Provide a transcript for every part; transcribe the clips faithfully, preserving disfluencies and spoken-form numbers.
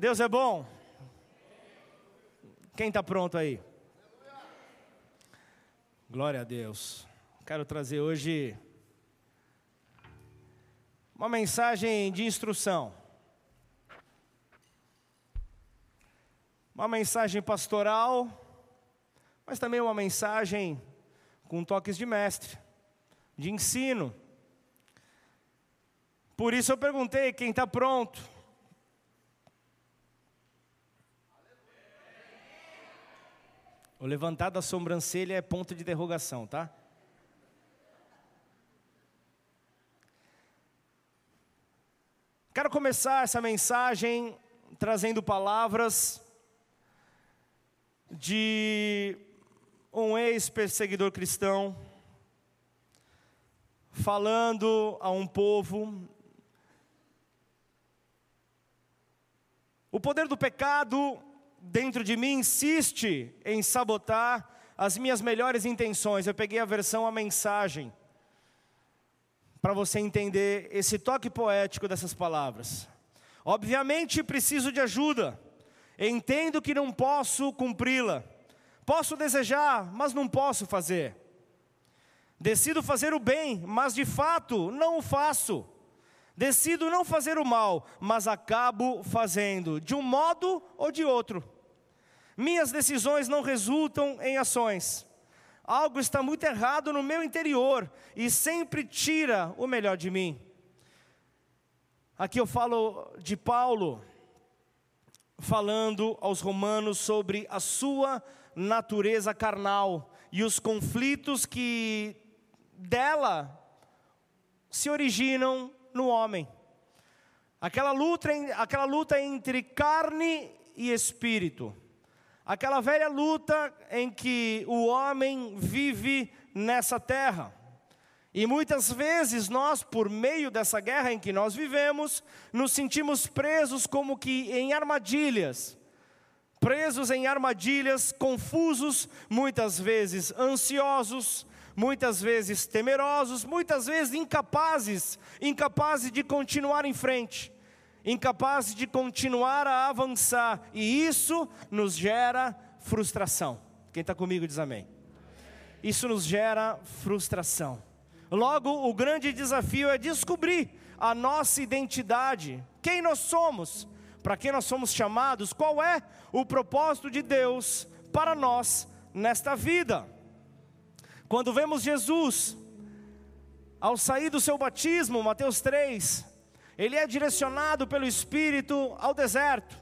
Deus é bom. Quem está pronto aí? Glória a Deus. Quero trazer hoje uma mensagem de instrução. Uma mensagem pastoral, mas também uma mensagem com toques de mestre, de ensino. Por isso eu perguntei quem está pronto. O levantar da sobrancelha é ponto de interrogação, tá? Quero começar essa mensagem trazendo palavras de um ex-perseguidor cristão, falando a um povo. O poder do pecado dentro de mim insiste em sabotar as minhas melhores intenções. Eu peguei a versão, a mensagem, para você entender esse toque poético dessas palavras. Obviamente preciso de ajuda. Entendo que não posso cumpri-la. Posso desejar, mas não posso fazer. Decido fazer o bem, mas de fato não o faço. Decido não fazer o mal, mas acabo fazendo, de um modo ou de outro. Minhas decisões não resultam em ações. Algo está muito errado no meu interior e sempre tira o melhor de mim. Aqui eu falo de Paulo, falando aos romanos sobre a sua natureza carnal e os conflitos que dela se originam no homem. Aquela luta, aquela luta entre carne e espírito. Aquela velha luta em que o homem vive nessa terra. E muitas vezes nós, por meio dessa guerra em que nós vivemos, nos sentimos presos como que em armadilhas. Presos em armadilhas, confusos, muitas vezes ansiosos, muitas vezes temerosos, muitas vezes incapazes, incapazes de continuar em frente. Incapazes de continuar a avançar, e isso nos gera frustração. Quem está comigo diz amém. Isso nos gera frustração. Logo, o grande desafio é descobrir a nossa identidade, quem nós somos, para quem nós somos chamados, qual é o propósito de Deus para nós nesta vida. Quando vemos Jesus, ao sair do seu batismo, Mateus três, ele é direcionado pelo Espírito ao deserto.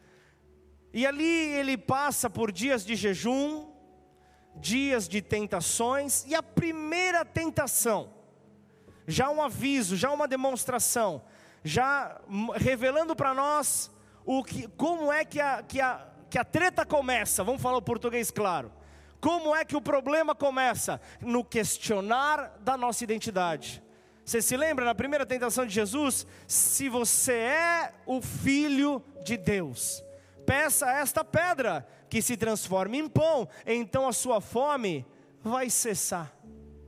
E ali ele passa por dias de jejum, dias de tentações. E a primeira tentação, já um aviso, já uma demonstração, já revelando para nós o que, como é que a, que, a, que a treta começa. Vamos falar o português claro. Como é que o problema começa? No questionar da nossa identidade. Você se lembra na primeira tentação de Jesus? Se você é o Filho de Deus, peça esta pedra que se transforme em pão, então a sua fome vai cessar.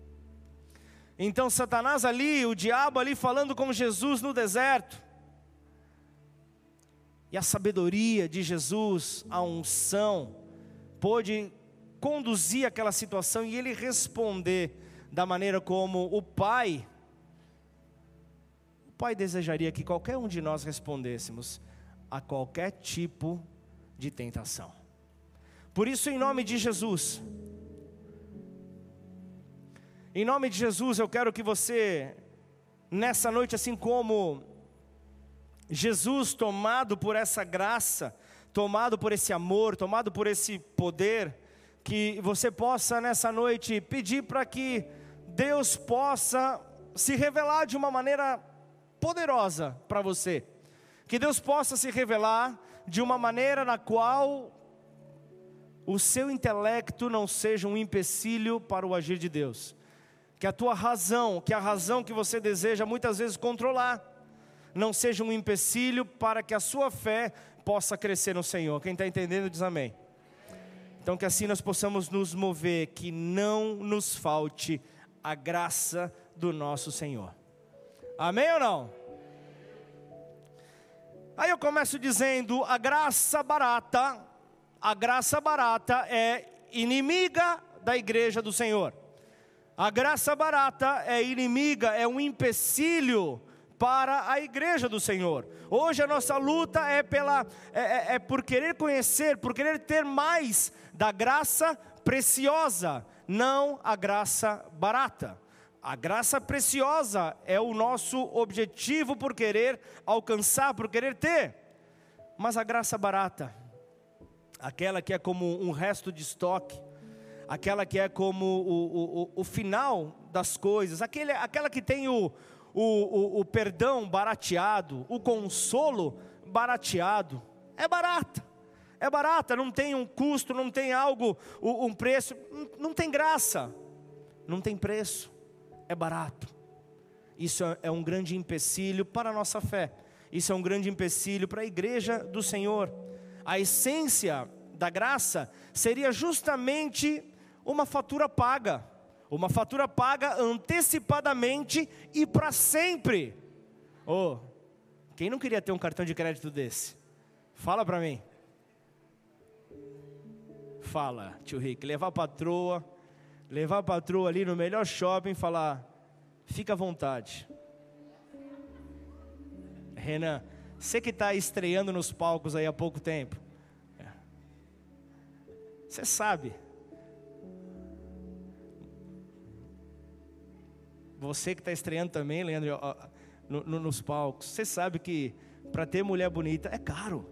Então Satanás ali, o diabo ali falando com Jesus no deserto. E a sabedoria de Jesus, a unção, pôde conduzir aquela situação e ele responder da maneira como o Pai... O Pai desejaria que qualquer um de nós respondêssemos a qualquer tipo de tentação. Por isso, em nome de Jesus, em nome de Jesus, eu quero que você, nessa noite, assim como Jesus, tomado por essa graça, tomado por esse amor, tomado por esse poder, que você possa nessa noite pedir para que Deus possa se revelar de uma maneira poderosa para você. Que Deus possa se revelar de uma maneira na qual o seu intelecto não seja um empecilho para o agir de Deus. Que a tua razão, que a razão que você deseja muitas vezes controlar, não seja um empecilho para que a sua fé possa crescer no Senhor. Quem está entendendo diz amém. Então que assim nós possamos nos mover, que não nos falte a graça do nosso Senhor. Amém ou não? Aí eu começo dizendo, a graça barata, a graça barata é inimiga da igreja do Senhor. A graça barata é inimiga, é um empecilho para a igreja do Senhor. Hoje a nossa luta é, pela, é, é, é por querer conhecer, por querer ter mais da graça preciosa, não a graça barata. A graça preciosa é o nosso objetivo por querer alcançar, por querer ter. Mas a graça barata, aquela que é como um resto de estoque, aquela que é como o, o, o final das coisas, aquele, aquela que tem o, o, o, o perdão barateado, o consolo barateado, é barata, é barata, não tem um custo, não tem algo, um preço, não tem graça, não tem preço, é barato. Isso é um grande empecilho para a nossa fé, isso é um grande empecilho para a igreja do Senhor. A essência da graça seria justamente uma fatura paga, uma fatura paga antecipadamente e para sempre. Oh, quem não queria ter um cartão de crédito desse? Fala para mim. Fala, tio Rick, levar a patroa, levar a patroa ali no melhor shopping e falar, fica à vontade. Renan, você que está estreando nos palcos aí há pouco tempo, você sabe. Você que está estreando também, Leandro, no, no, nos palcos, você sabe que para ter mulher bonita é caro.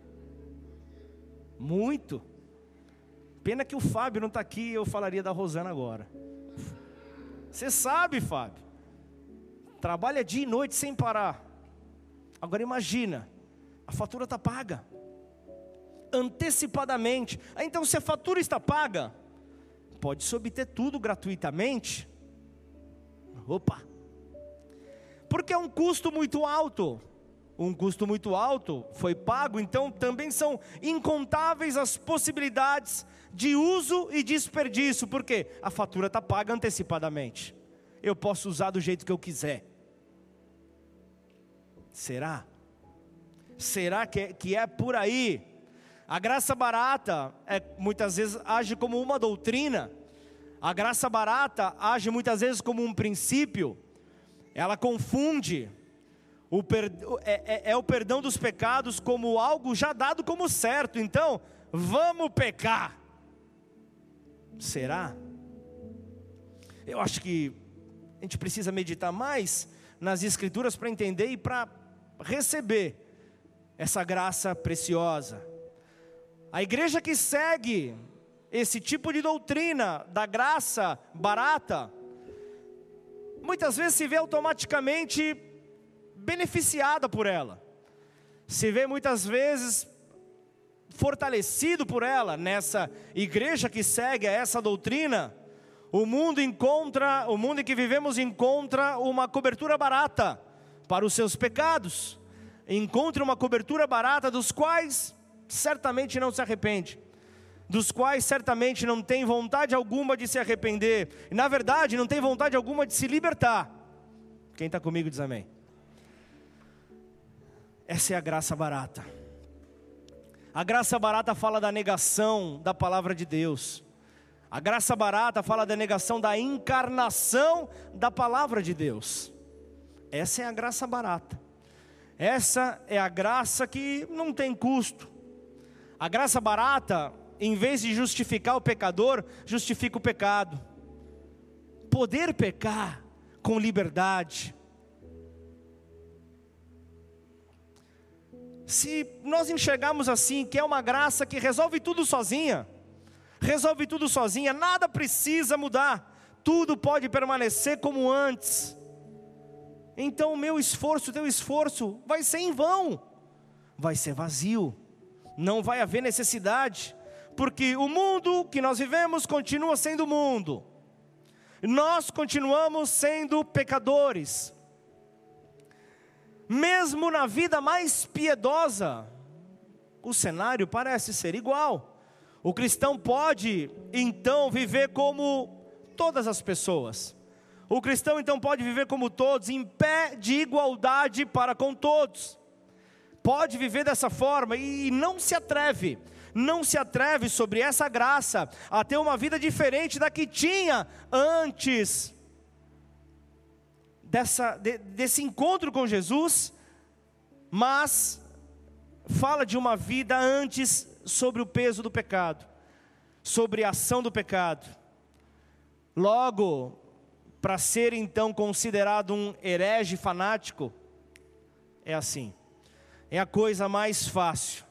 Muito. Pena que o Fábio não está aqui, eu falaria da Rosana agora. Você sabe, Fábio. Trabalha dia e noite sem parar. Agora imagina, a fatura está paga. Antecipadamente. Então se a fatura está paga, pode-se obter tudo gratuitamente. Opa! Porque é um custo muito alto. Um custo muito alto foi pago, então também são incontáveis as possibilidades de uso e desperdício, porque a fatura está paga antecipadamente. Eu posso usar do jeito que eu quiser. Será? Será que é, que é por aí? A graça barata é, muitas vezes age como uma doutrina. A graça barata age muitas vezes como um princípio. Ela confunde. O per, é, é, é o perdão dos pecados como algo já dado como certo. Então, vamos pecar. Será? Eu acho que a gente precisa meditar mais nas Escrituras para entender e para receber essa graça preciosa. A igreja que segue esse tipo de doutrina da graça barata, muitas vezes se vê automaticamente beneficiada por ela, se vê muitas vezes fortalecido por ela. Nessa igreja que segue essa doutrina, o mundo encontra, o mundo em que vivemos encontra uma cobertura barata para os seus pecados, encontra uma cobertura barata dos quais certamente não se arrepende, dos quais certamente não tem vontade alguma de se arrepender, e na verdade não tem vontade alguma de se libertar. Quem está comigo diz amém. Essa é a graça barata. A graça barata fala da negação da palavra de Deus. A graça barata fala da negação da encarnação da palavra de Deus. Essa é a graça barata. Essa é a graça que não tem custo. A graça barata, em vez de justificar o pecador, justifica o pecado. Poder pecar com liberdade. Se nós enxergarmos assim, que é uma graça que resolve tudo sozinha, resolve tudo sozinha, nada precisa mudar, tudo pode permanecer como antes, então o meu esforço, o teu esforço vai ser em vão, vai ser vazio, não vai haver necessidade, porque o mundo que nós vivemos continua sendo mundo, nós continuamos sendo pecadores. Mesmo na vida mais piedosa, o cenário parece ser igual. O cristão pode então viver como todas as pessoas. O cristão então pode viver como todos, em pé de igualdade para com todos. pode viver dessa forma e não se atreve, não se atreve sobre essa graça a ter uma vida diferente da que tinha antes dessa, de, desse encontro com Jesus, mas fala de uma vida antes sobre o peso do pecado, sobre a ação do pecado. Logo, para ser então considerado um herege fanático, é assim, é a coisa mais fácil.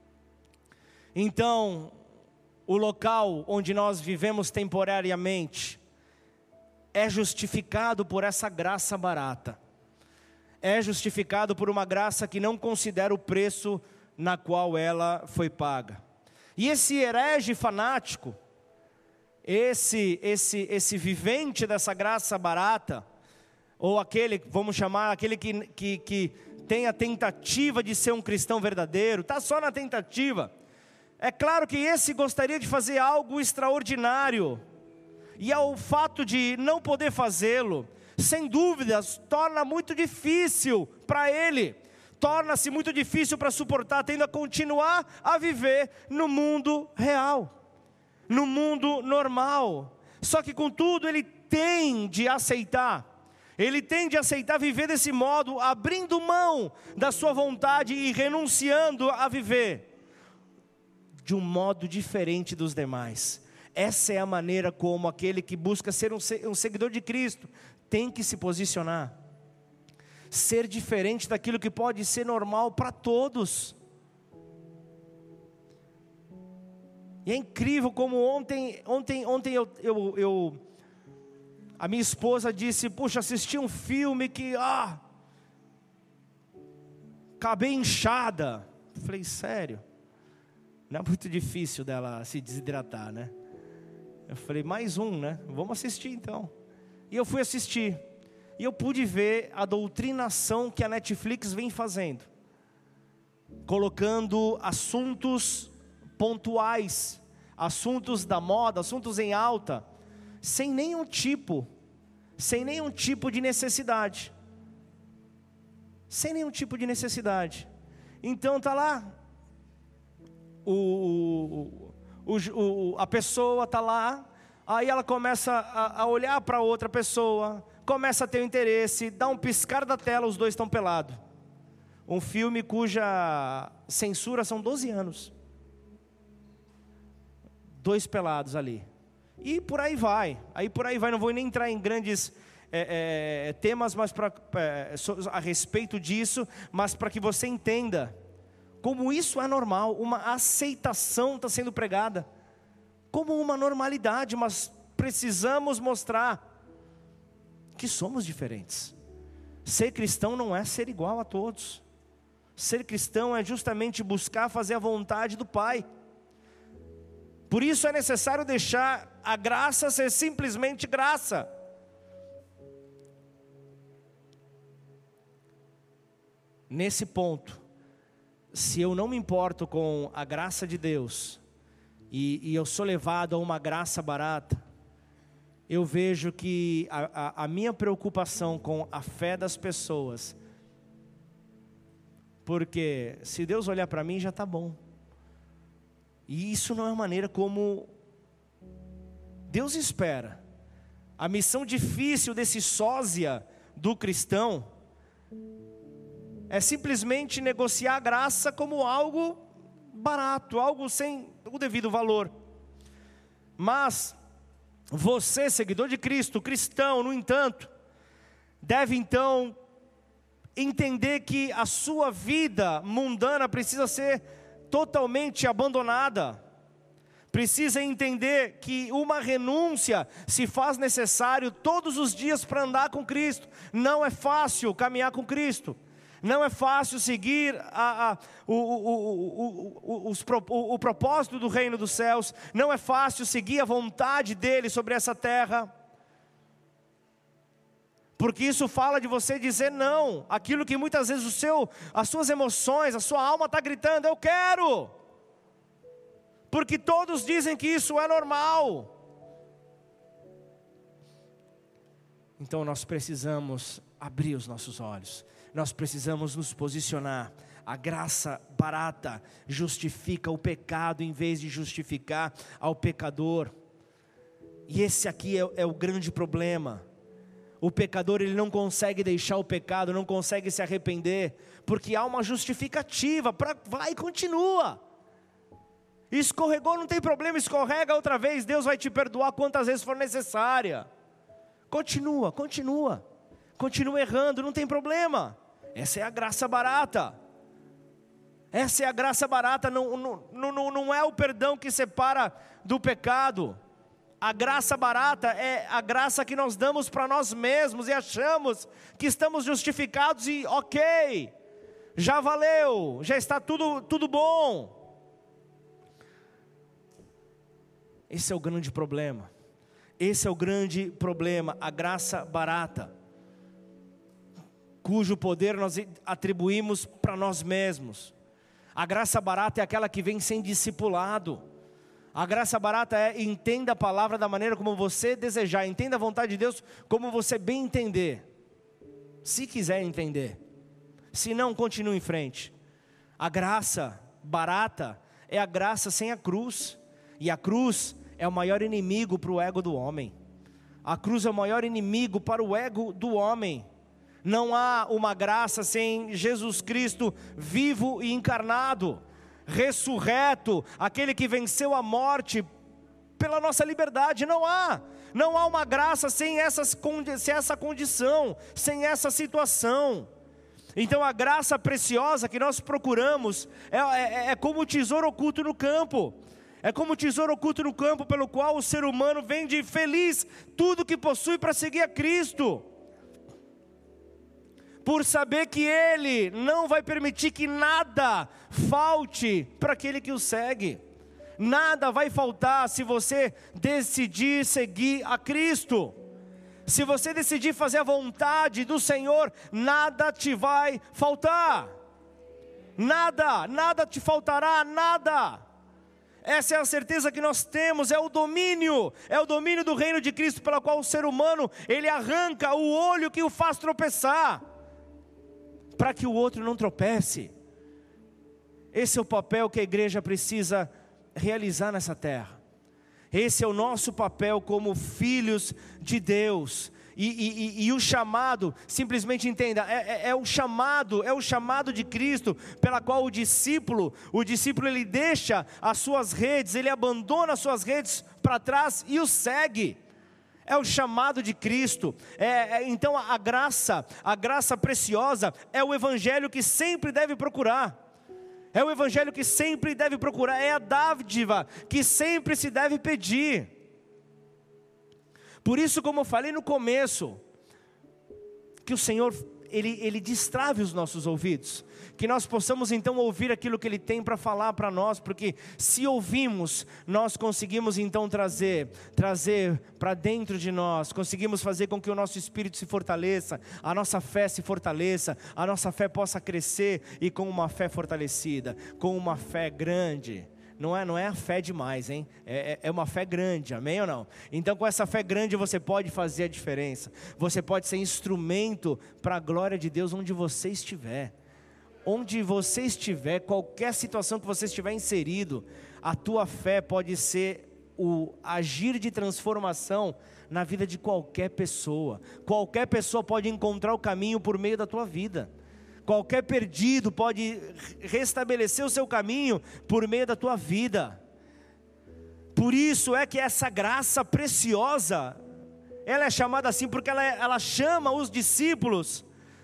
Então, o local onde nós vivemos temporariamente é justificado por essa graça barata, é justificado por uma graça que não considera o preço na qual ela foi paga. E esse herege fanático, esse, esse, esse vivente dessa graça barata, ou aquele, vamos chamar, aquele que, que, que tem a tentativa de ser um cristão verdadeiro, está só na tentativa. É claro que esse gostaria de fazer algo extraordinário, e ao fato de não poder fazê-lo, sem dúvidas, torna muito difícil para ele, torna-se muito difícil para suportar, tendo a continuar a viver no mundo real, no mundo normal. Só que contudo ele tem de aceitar, ele tem de aceitar viver desse modo, abrindo mão da sua vontade e renunciando a viver de um modo diferente dos demais. Essa é a maneira como aquele que busca ser um seguidor de Cristo tem que se posicionar. Ser diferente daquilo que pode ser normal para todos. E é incrível como ontem, ontem, ontem eu, eu, eu, a minha esposa disse, puxa, assisti um filme que, ah, acabei inchada. Falei, sério? Não é muito difícil dela se desidratar, né? Eu falei, mais um, né? Vamos assistir então. E eu fui assistir. E eu pude ver a doutrinação que a Netflix vem fazendo, colocando assuntos pontuais, assuntos da moda, assuntos em alta, sem nenhum tipo, sem nenhum tipo de necessidade. Sem nenhum tipo de necessidade. Então tá lá, o, o, o, a pessoa está lá, aí ela começa a, a olhar para outra pessoa, começa a ter um interesse, dá um piscar da tela, os dois estão pelados. Um filme cuja censura são doze anos. Dois pelados ali. E por aí vai, aí por aí vai, não vou nem entrar em grandes é, é, temas mas pra, é, a respeito disso, mas para que você entenda como isso é normal, uma aceitação está sendo pregada, como uma normalidade, mas precisamos mostrar que somos diferentes. Ser cristão não é ser igual a todos. Ser cristão é justamente buscar fazer a vontade do Pai. Por isso é necessário deixar a graça ser simplesmente graça. Nesse ponto, se eu não me importo com a graça de Deus, e, e eu sou levado a uma graça barata, eu vejo que a, a, a minha preocupação com a fé das pessoas, porque se Deus olhar para mim já está bom, e isso não é a maneira como Deus espera. A missão difícil desse sósia do cristão é simplesmente negociar a graça como algo barato, algo sem o devido valor. Mas você, seguidor de Cristo, cristão, no entanto, deve então entender que a sua vida mundana precisa ser totalmente abandonada. Precisa entender que uma renúncia se faz necessário todos os dias para andar com Cristo. Não é fácil caminhar com Cristo. Não é fácil seguir a, a, o, o, o, o, os, o, o propósito do reino dos céus. Não é fácil seguir a vontade dele sobre essa terra. Porque isso fala de você dizer não. Aquilo que muitas vezes o seu, as suas emoções, a sua alma está gritando, eu quero. Porque todos dizem que isso é normal. Então nós precisamos abrir os nossos olhos. Nós precisamos nos posicionar, A graça barata justifica o pecado em vez de justificar ao pecador. E esse aqui é, é o grande problema. O pecador, ele não consegue deixar o pecado, não consegue se arrepender, porque há uma justificativa, pra, vai e continua. Escorregou, não tem problema, escorrega outra vez, Deus vai te perdoar quantas vezes for necessária. Continua, continua, continua errando, não tem problema. Essa é a graça barata. Essa é a graça barata, não, não, não, não é o perdão que separa do pecado. A graça barata é a graça que nós damos para nós mesmos e achamos que estamos justificados e ok, já valeu, já está tudo, tudo bom. Esse é o grande problema, esse é o grande problema, a graça barata, cujo poder nós atribuímos para nós mesmos. A graça barata é aquela que vem sem discipulado. A graça barata é, entenda a palavra da maneira como você desejar, entenda a vontade de Deus como você bem entender, se quiser entender, se não, continue em frente. A graça barata é a graça sem a cruz, e a cruz é o maior inimigo para o ego do homem. A cruz é o maior inimigo para o ego do homem. Não há uma graça sem Jesus Cristo vivo e encarnado, ressurreto, aquele que venceu a morte pela nossa liberdade. Não há, não há uma graça sem, essas, sem essa condição, sem essa situação. Então a graça preciosa que nós procuramos é, é, é como o tesouro oculto no campo. É como o tesouro oculto no campo pelo qual o ser humano vende feliz tudo que possui para seguir a Cristo, por saber que Ele não vai permitir que nada falte para aquele que o segue. Nada vai faltar se você decidir seguir a Cristo. Se você decidir fazer a vontade do Senhor, nada te vai faltar. Nada, nada te faltará, nada. Essa é a certeza que nós temos, é o domínio, é o domínio do reino de Cristo, pela qual o ser humano, ele arranca o olho que o faz tropeçar, para que o outro não tropece. Esse é o papel que a igreja precisa realizar nessa terra. Esse é o nosso papel como filhos de Deus. E, e, e, e o chamado, simplesmente entenda, é, é, é o chamado, é o chamado de Cristo, pela qual o discípulo, o discípulo ele deixa as suas redes, ele abandona as suas redes para trás e o segue. É o chamado de Cristo. É, é, então a graça, a graça preciosa é o evangelho que sempre deve procurar. É o evangelho que sempre deve procurar, é a dádiva que sempre se deve pedir. Por isso, como eu falei no começo, que o Senhor, Ele, Ele destrave os nossos ouvidos, que nós possamos então ouvir aquilo que Ele tem para falar para nós, porque se ouvimos, nós conseguimos então trazer, trazer para dentro de nós, conseguimos fazer com que o nosso espírito se fortaleça, a nossa fé se fortaleça, a nossa fé possa crescer, e com uma fé fortalecida, com uma fé grande. Não é, não é a fé demais, hein? É, é uma fé grande, amém ou não? Então com essa fé grande você pode fazer a diferença. Você pode ser instrumento para a glória de Deus onde você estiver. Onde você estiver, qualquer situação que você estiver inserido, a tua fé pode ser o agir de transformação na vida de qualquer pessoa. Qualquer pessoa pode encontrar o caminho por meio da tua vida. Qualquer perdido pode restabelecer o seu caminho por meio da tua vida. Por isso é que essa graça preciosa, ela é chamada assim porque ela, ela chama os discípulos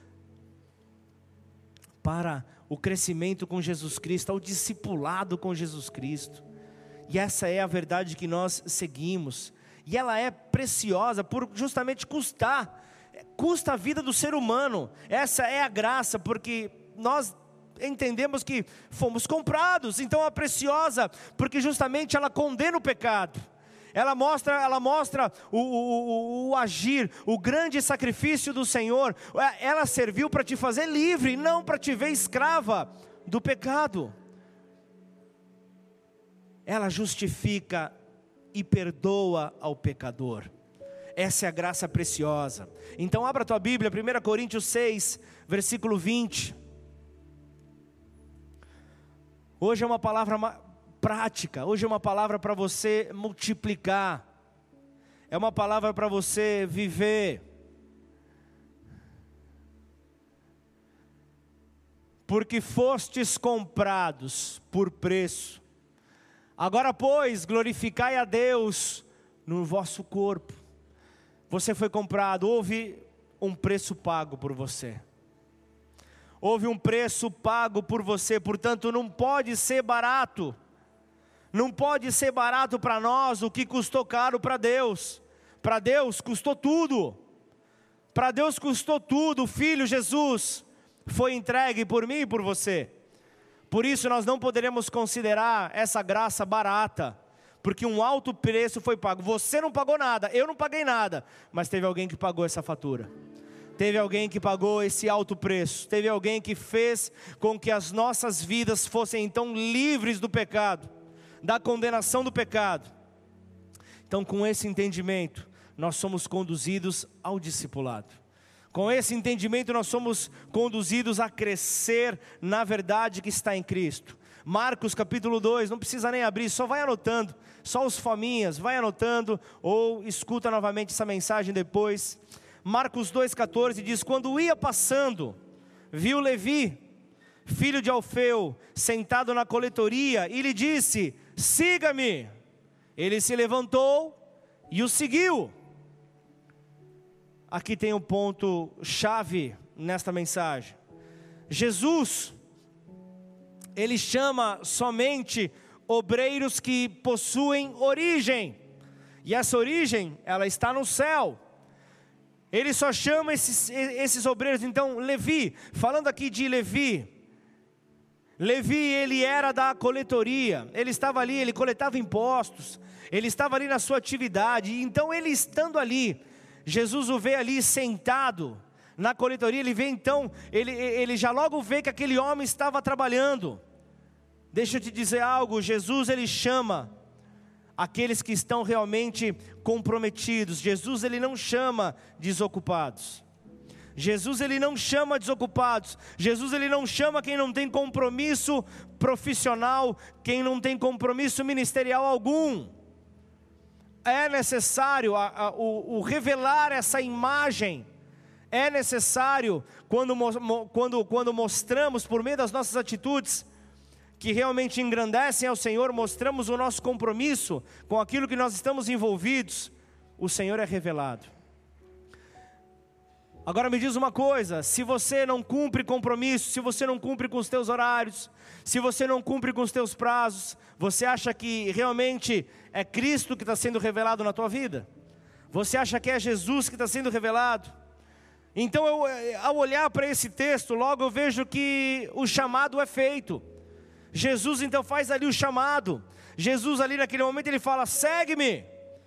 para o crescimento com Jesus Cristo, ao discipulado com Jesus Cristo. E essa é a verdade que nós seguimos. E ela é preciosa por justamente custar, custa a vida do ser humano. Essa é a graça, porque nós entendemos que fomos comprados. Então é preciosa, porque justamente ela condena o pecado. Ela mostra, ela mostra o, o, o agir, o grande sacrifício do Senhor. Ela serviu para te fazer livre, não para te ver escrava do pecado. Ela justifica e perdoa ao pecador. Essa é a graça preciosa. Então abra a tua Bíblia, primeira Coríntios seis, versículo vinte. Hoje é uma palavra prática, hoje é uma palavra para você multiplicar, é uma palavra para você viver. Porque fostes comprados por preço. Agora, pois, glorificai a Deus no vosso corpo. Você foi comprado, houve um preço pago por você. Houve um preço pago por você, portanto não pode ser barato. Não pode ser barato para nós o que custou caro para Deus. Para Deus custou tudo. Para Deus custou tudo. O Filho Jesus foi entregue por mim e por você. Por isso nós não poderemos considerar essa graça barata, porque um alto preço foi pago. Você não pagou nada, eu não paguei nada, mas teve alguém que pagou essa fatura. Teve alguém que pagou esse alto preço. Teve alguém que fez com que as nossas vidas fossem então livres do pecado, da condenação do pecado. Então, com esse entendimento, nós somos conduzidos ao discipulado. Com esse entendimento nós somos conduzidos a crescer na verdade que está em Cristo. Marcos capítulo dois, não precisa nem abrir, só vai anotando, só os fominhas, vai anotando ou escuta novamente essa mensagem depois. Marcos dois, catorze diz: quando ia passando, viu Levi, filho de Alfeu, sentado na coletoria, e lhe disse: siga-me. Ele se levantou e o seguiu. Aqui tem um ponto chave nesta mensagem. Jesus, Ele chama somente obreiros que possuem origem. E essa origem, ela está no céu. Ele só chama esses, esses obreiros. Então, Levi, falando aqui de Levi. Levi, ele era da coletoria. Ele estava ali, ele coletava impostos. Ele estava ali na sua atividade. Então, ele estando ali, Jesus o vê ali sentado na coletoria, ele vê então, ele, ele já logo vê que aquele homem estava trabalhando. Deixa eu te dizer algo, Jesus ele chama aqueles que estão realmente comprometidos. Jesus ele não chama desocupados. Jesus ele não chama desocupados. Jesus ele não chama quem não tem compromisso profissional, quem não tem compromisso ministerial algum. É necessário a, a, o, o revelar essa imagem, é necessário quando, quando, quando mostramos por meio das nossas atitudes, que realmente engrandecem ao Senhor, mostramos o nosso compromisso com aquilo que nós estamos envolvidos, o Senhor é revelado. Agora me diz uma coisa, se você não cumpre compromisso, se você não cumpre com os teus horários, se você não cumpre com os teus prazos, você acha que realmente é Cristo que está sendo revelado na tua vida? Você acha que é Jesus que está sendo revelado? Então eu, ao olhar para esse texto, logo eu vejo que o chamado é feito. Jesus então faz ali o chamado. Jesus ali naquele momento ele fala: segue-me.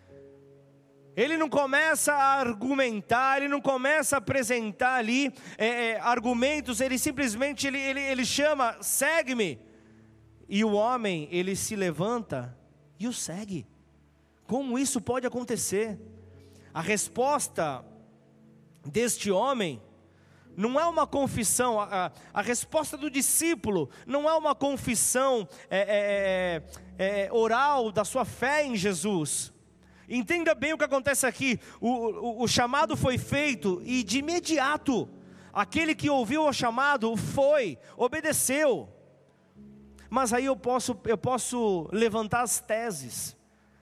Ele não começa a argumentar, ele não começa a apresentar ali é, é, argumentos, ele simplesmente ele, ele, ele chama: segue-me. E o homem, ele se levanta e o segue. Como isso pode acontecer? A resposta deste homem não é uma confissão, a, a, a resposta do discípulo não é uma confissão é, é, é, oral da sua fé em Jesus. Entenda bem o que acontece aqui, o, o, o chamado foi feito e de imediato, aquele que ouviu o chamado foi, obedeceu. Mas aí eu posso, eu posso levantar as teses.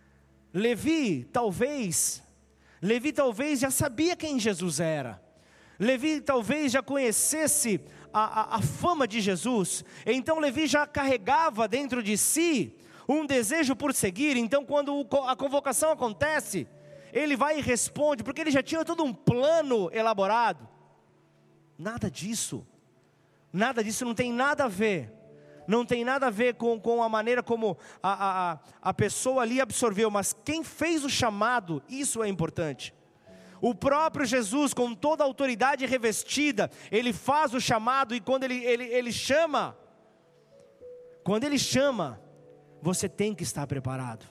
Levi talvez, Levi talvez já sabia quem Jesus era. Levi talvez já conhecesse a, a, a fama de Jesus. Então Levi já carregava dentro de si um desejo por seguir. Então quando a convocação acontece, ele vai e responde, porque ele já tinha todo um plano elaborado. Nada disso, nada disso, não tem nada a ver, não tem nada a ver com, com a maneira como a, a, a pessoa ali absorveu, mas quem fez o chamado, isso é importante. O próprio Jesus, com toda a autoridade revestida, ele faz o chamado, e quando ele, ele, ele chama, quando ele chama, você tem que estar preparado.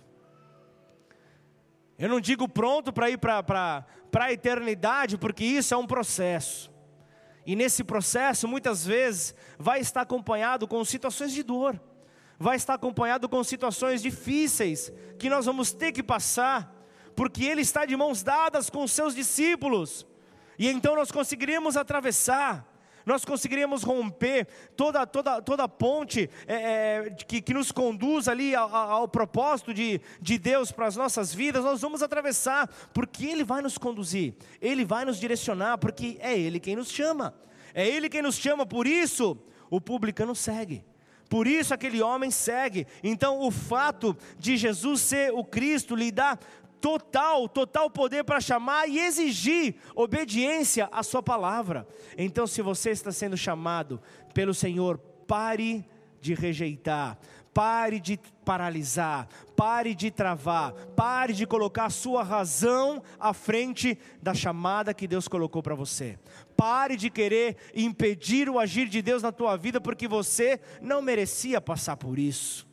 Eu não digo pronto para ir para a eternidade, porque isso é um processo. E nesse processo, muitas vezes, vai estar acompanhado com situações de dor. vai estar acompanhado com situações difíceis, que nós vamos ter que passar, porque Ele está de mãos dadas com os seus discípulos, e então nós conseguiríamos atravessar, nós conseguiríamos romper toda, toda, toda a ponte é, é, que, que nos conduz ali ao, ao propósito de, de Deus para as nossas vidas. Nós vamos atravessar, porque Ele vai nos conduzir, Ele vai nos direcionar, porque é Ele quem nos chama, é Ele quem nos chama. Por isso o publicano segue, por isso aquele homem segue. Então o fato de Jesus ser o Cristo lhe dá total, total poder para chamar e exigir obediência à sua palavra. Então, se você está sendo chamado pelo Senhor, pare de rejeitar, pare de paralisar, pare de travar, pare de colocar a sua razão à frente da chamada que Deus colocou para você. Pare de querer impedir o agir de Deus na tua vida, porque você não merecia passar por isso.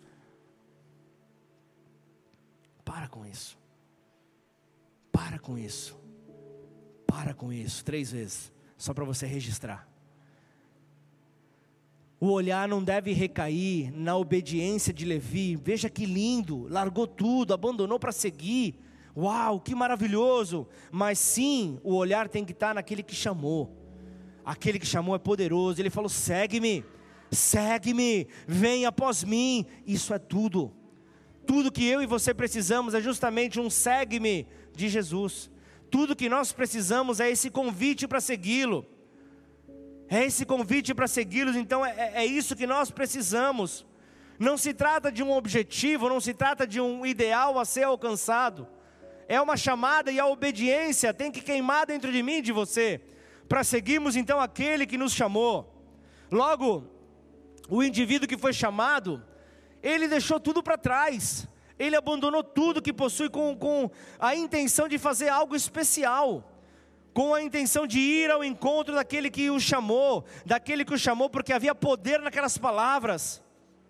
Para com isso. Para com isso, para com isso, três vezes, só para você registrar. O olhar não deve recair na obediência de Levi. Veja que lindo, largou tudo, abandonou para seguir. Uau, que maravilhoso. Mas sim, o olhar tem que estar naquele que chamou. Aquele que chamou é poderoso. Ele falou: segue-me, segue-me, vem após mim. Isso é tudo. Tudo que eu e você precisamos é justamente um segue-me de Jesus. Tudo que nós precisamos é esse convite para segui-lo. É esse convite para segui-los. Então é, é isso que nós precisamos. Não se trata de um objetivo, não se trata de um ideal a ser alcançado. É uma chamada, e a obediência tem que queimar dentro de mim e de você, para seguirmos então aquele que nos chamou. Logo, o indivíduo que foi chamado, ele deixou tudo para trás. Ele abandonou tudo que possui com, com a intenção de fazer algo especial, com a intenção de ir ao encontro daquele que o chamou, daquele que o chamou porque havia poder naquelas palavras.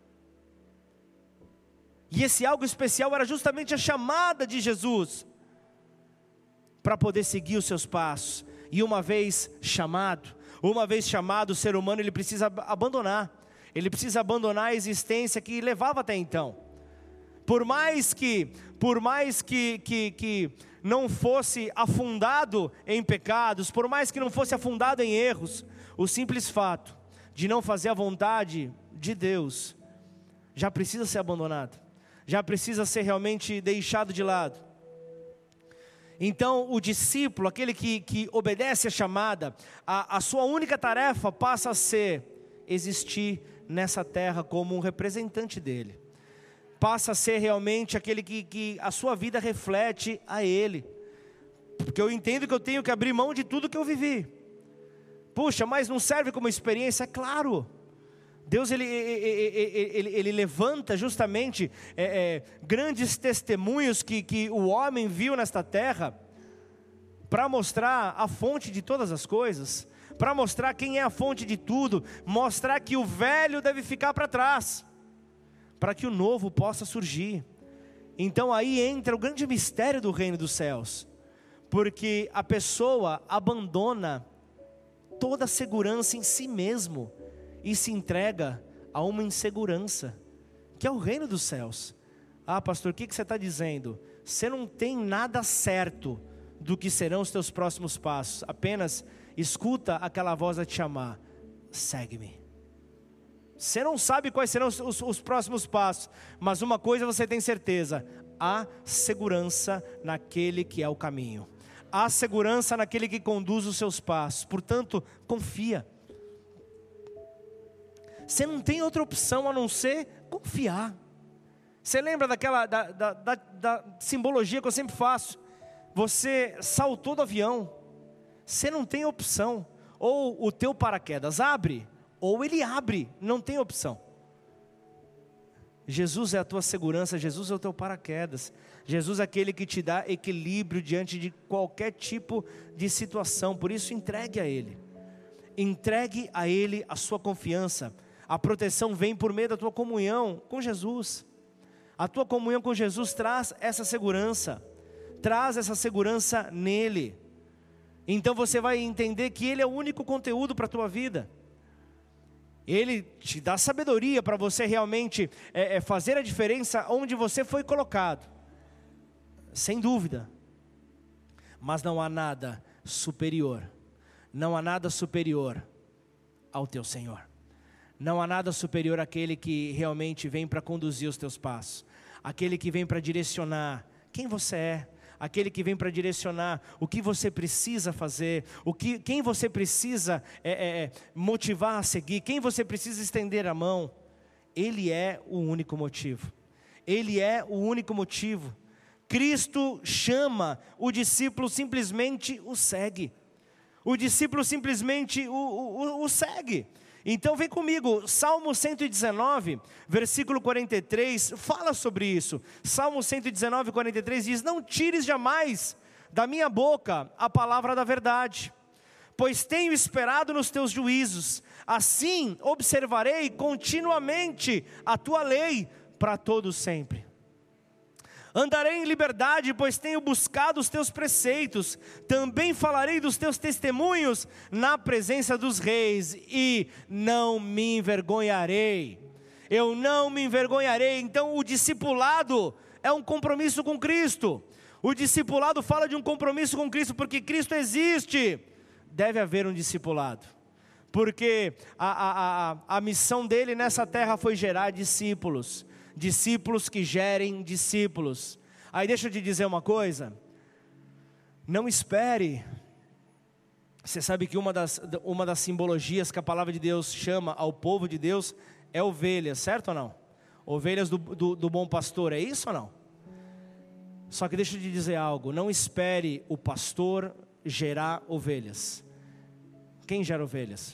E esse algo especial era justamente a chamada de Jesus, para poder seguir os seus passos. E uma vez chamado, uma vez chamado, o ser humano ele precisa abandonar, ele precisa abandonar a existência que levava até então. Por mais que, por mais que, que, que não fosse afundado em pecados, por mais que não fosse afundado em erros, o simples fato de não fazer a vontade de Deus, já precisa ser abandonado, já precisa ser realmente deixado de lado. Então o discípulo, aquele que, que obedece a chamada, a, a sua única tarefa passa a ser existir nessa terra como um representante dele. Passa a ser realmente aquele que, que a sua vida reflete a Ele. Porque eu entendo que eu tenho que abrir mão de tudo que eu vivi. Puxa, mas não serve como experiência? É claro. Deus ele, ele, ele, ele levanta justamente é, é, grandes testemunhos que, que o homem viu nesta terra, para mostrar a fonte de todas as coisas, para mostrar quem é a fonte de tudo, mostrar que o velho deve ficar para trás, para que o novo possa surgir. Então aí entra o grande mistério do reino dos céus, porque a pessoa abandona toda a segurança em si mesmo, e se entrega a uma insegurança, que é o reino dos céus. Ah, pastor, o que, que você está dizendo? Você não tem nada certo do que serão os teus próximos passos, apenas escuta aquela voz a te chamar: segue-me. Você não sabe quais serão os, os, os próximos passos, mas uma coisa você tem certeza: há segurança naquele que é o caminho, há segurança naquele que conduz os seus passos. Portanto, confia. Você não tem outra opção a não ser confiar. Você lembra daquela da, da, da, da simbologia que eu sempre faço? Você saltou do avião, você não tem opção. Ou o teu paraquedas abre, ou ele abre, não tem opção. Jesus é a tua segurança, Jesus é o teu paraquedas. Jesus é aquele que te dá equilíbrio diante de qualquer tipo de situação. Por isso entregue a Ele. Entregue a Ele a sua confiança. A proteção vem por meio da tua comunhão com Jesus. A tua comunhão com Jesus traz essa segurança. Traz essa segurança nele. Então você vai entender que Ele é o único conteúdo para a tua vida. Ele te dá sabedoria para você realmente é, é, fazer a diferença onde você foi colocado, sem dúvida. Mas não há nada superior, não há nada superior ao teu Senhor. Não há nada superior àquele que realmente vem para conduzir os teus passos, aquele que vem para direcionar quem você é, aquele que vem para direcionar o que você precisa fazer, o que, quem você precisa é, é, motivar a seguir, quem você precisa estender a mão. Ele é o único motivo, Ele é o único motivo. Cristo chama, o discípulo simplesmente o segue, o discípulo simplesmente o, o, o segue. Então vem comigo, Salmo cento e dezenove, versículo quarenta e três, fala sobre isso. Salmo cento e dezenove, quarenta e três diz: não tires jamais da minha boca a palavra da verdade, pois tenho esperado nos teus juízos, assim observarei continuamente a tua lei para todo sempre. Andarei em liberdade, pois tenho buscado os teus preceitos. Também falarei dos teus testemunhos na presença dos reis, e não me envergonharei. Eu não me envergonharei. Então o discipulado é um compromisso com Cristo. O discipulado fala de um compromisso com Cristo, porque Cristo existe. Deve haver um discipulado, porque a, a, a, a missão dele nessa terra foi gerar discípulos. Discípulos que gerem discípulos. Aí deixa eu te dizer uma coisa, não espere. Você sabe que uma das, uma das simbologias que a palavra de Deus chama ao povo de Deus é ovelhas, certo ou não? Ovelhas do, do, do bom pastor, é isso ou não? Só que deixa eu te dizer algo, não espere o pastor gerar ovelhas. Quem gera ovelhas?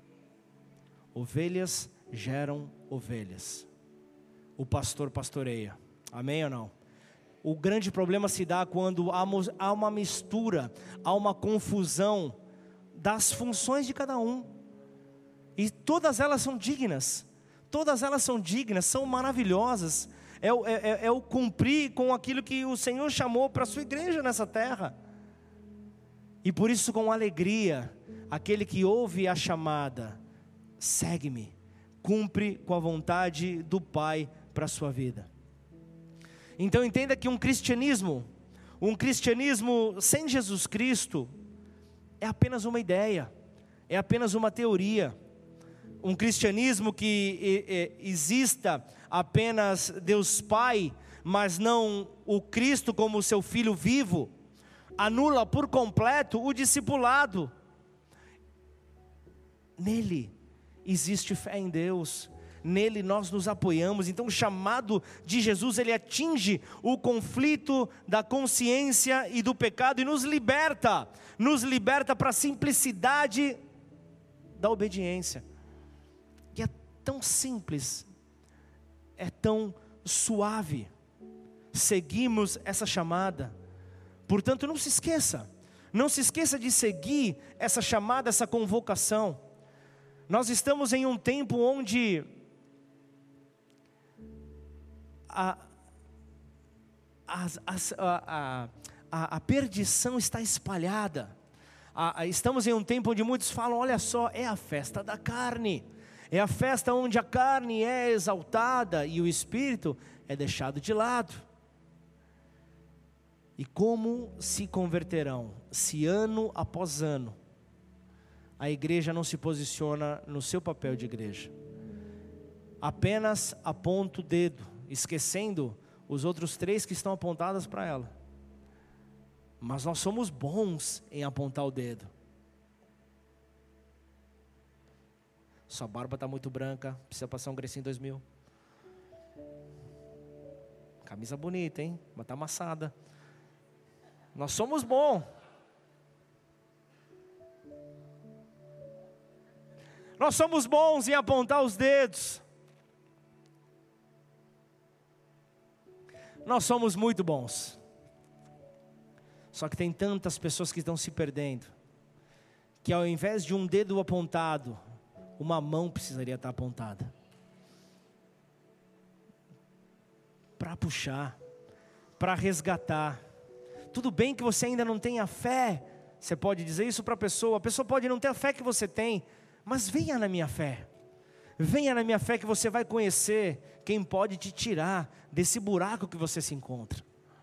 Ovelhas geram ovelhas. O pastor pastoreia, amém ou não? O grande problema se dá quando há uma mistura, há uma confusão das funções de cada um, e todas elas são dignas, todas elas são dignas, são maravilhosas, é, é, é o cumprir com aquilo que o Senhor chamou para a sua igreja nessa terra. E por isso, com alegria, aquele que ouve a chamada, segue-me, cumpre com a vontade do Pai para a sua vida. Então entenda que um cristianismo, um cristianismo sem Jesus Cristo, é apenas uma ideia, é apenas uma teoria. Um cristianismo que é, é, exista apenas Deus Pai, mas não o Cristo como seu Filho vivo, anula por completo o discipulado. Nele existe fé em Deus, nele nós nos apoiamos. Então o chamado de Jesus, ele atinge o conflito da consciência e do pecado e nos liberta, nos liberta para a simplicidade da obediência. E é tão simples, é tão suave, seguimos essa chamada. Portanto, não se esqueça, não se esqueça de seguir essa chamada, essa convocação. Nós estamos em um tempo onde a, a, a, a, a perdição está espalhada. A, a, estamos em um tempo onde muitos falam: olha só, é a festa da carne, é a festa onde a carne é exaltada e o espírito é deixado de lado. E como se converterão, se ano após ano a igreja não se posiciona no seu papel de igreja, apenas aponta o dedo, esquecendo os outros três que estão apontados para ela. Mas nós somos bons em apontar o dedo. Sua barba está muito branca, precisa passar um Grecinho dois mil. Camisa bonita, hein? Mas está amassada. Nós somos bons. Nós somos bons em apontar os dedos. Nós somos muito bons. Só que tem tantas pessoas que estão se perdendo, que ao invés de um dedo apontado, uma mão precisaria estar apontada para puxar, para resgatar. Tudo bem que você ainda não tenha fé, você pode dizer isso para a pessoa, a pessoa pode não ter a fé que você tem, mas venha na minha fé, Venha na minha fé que você vai conhecer quem pode te tirar desse buraco que você se encontra.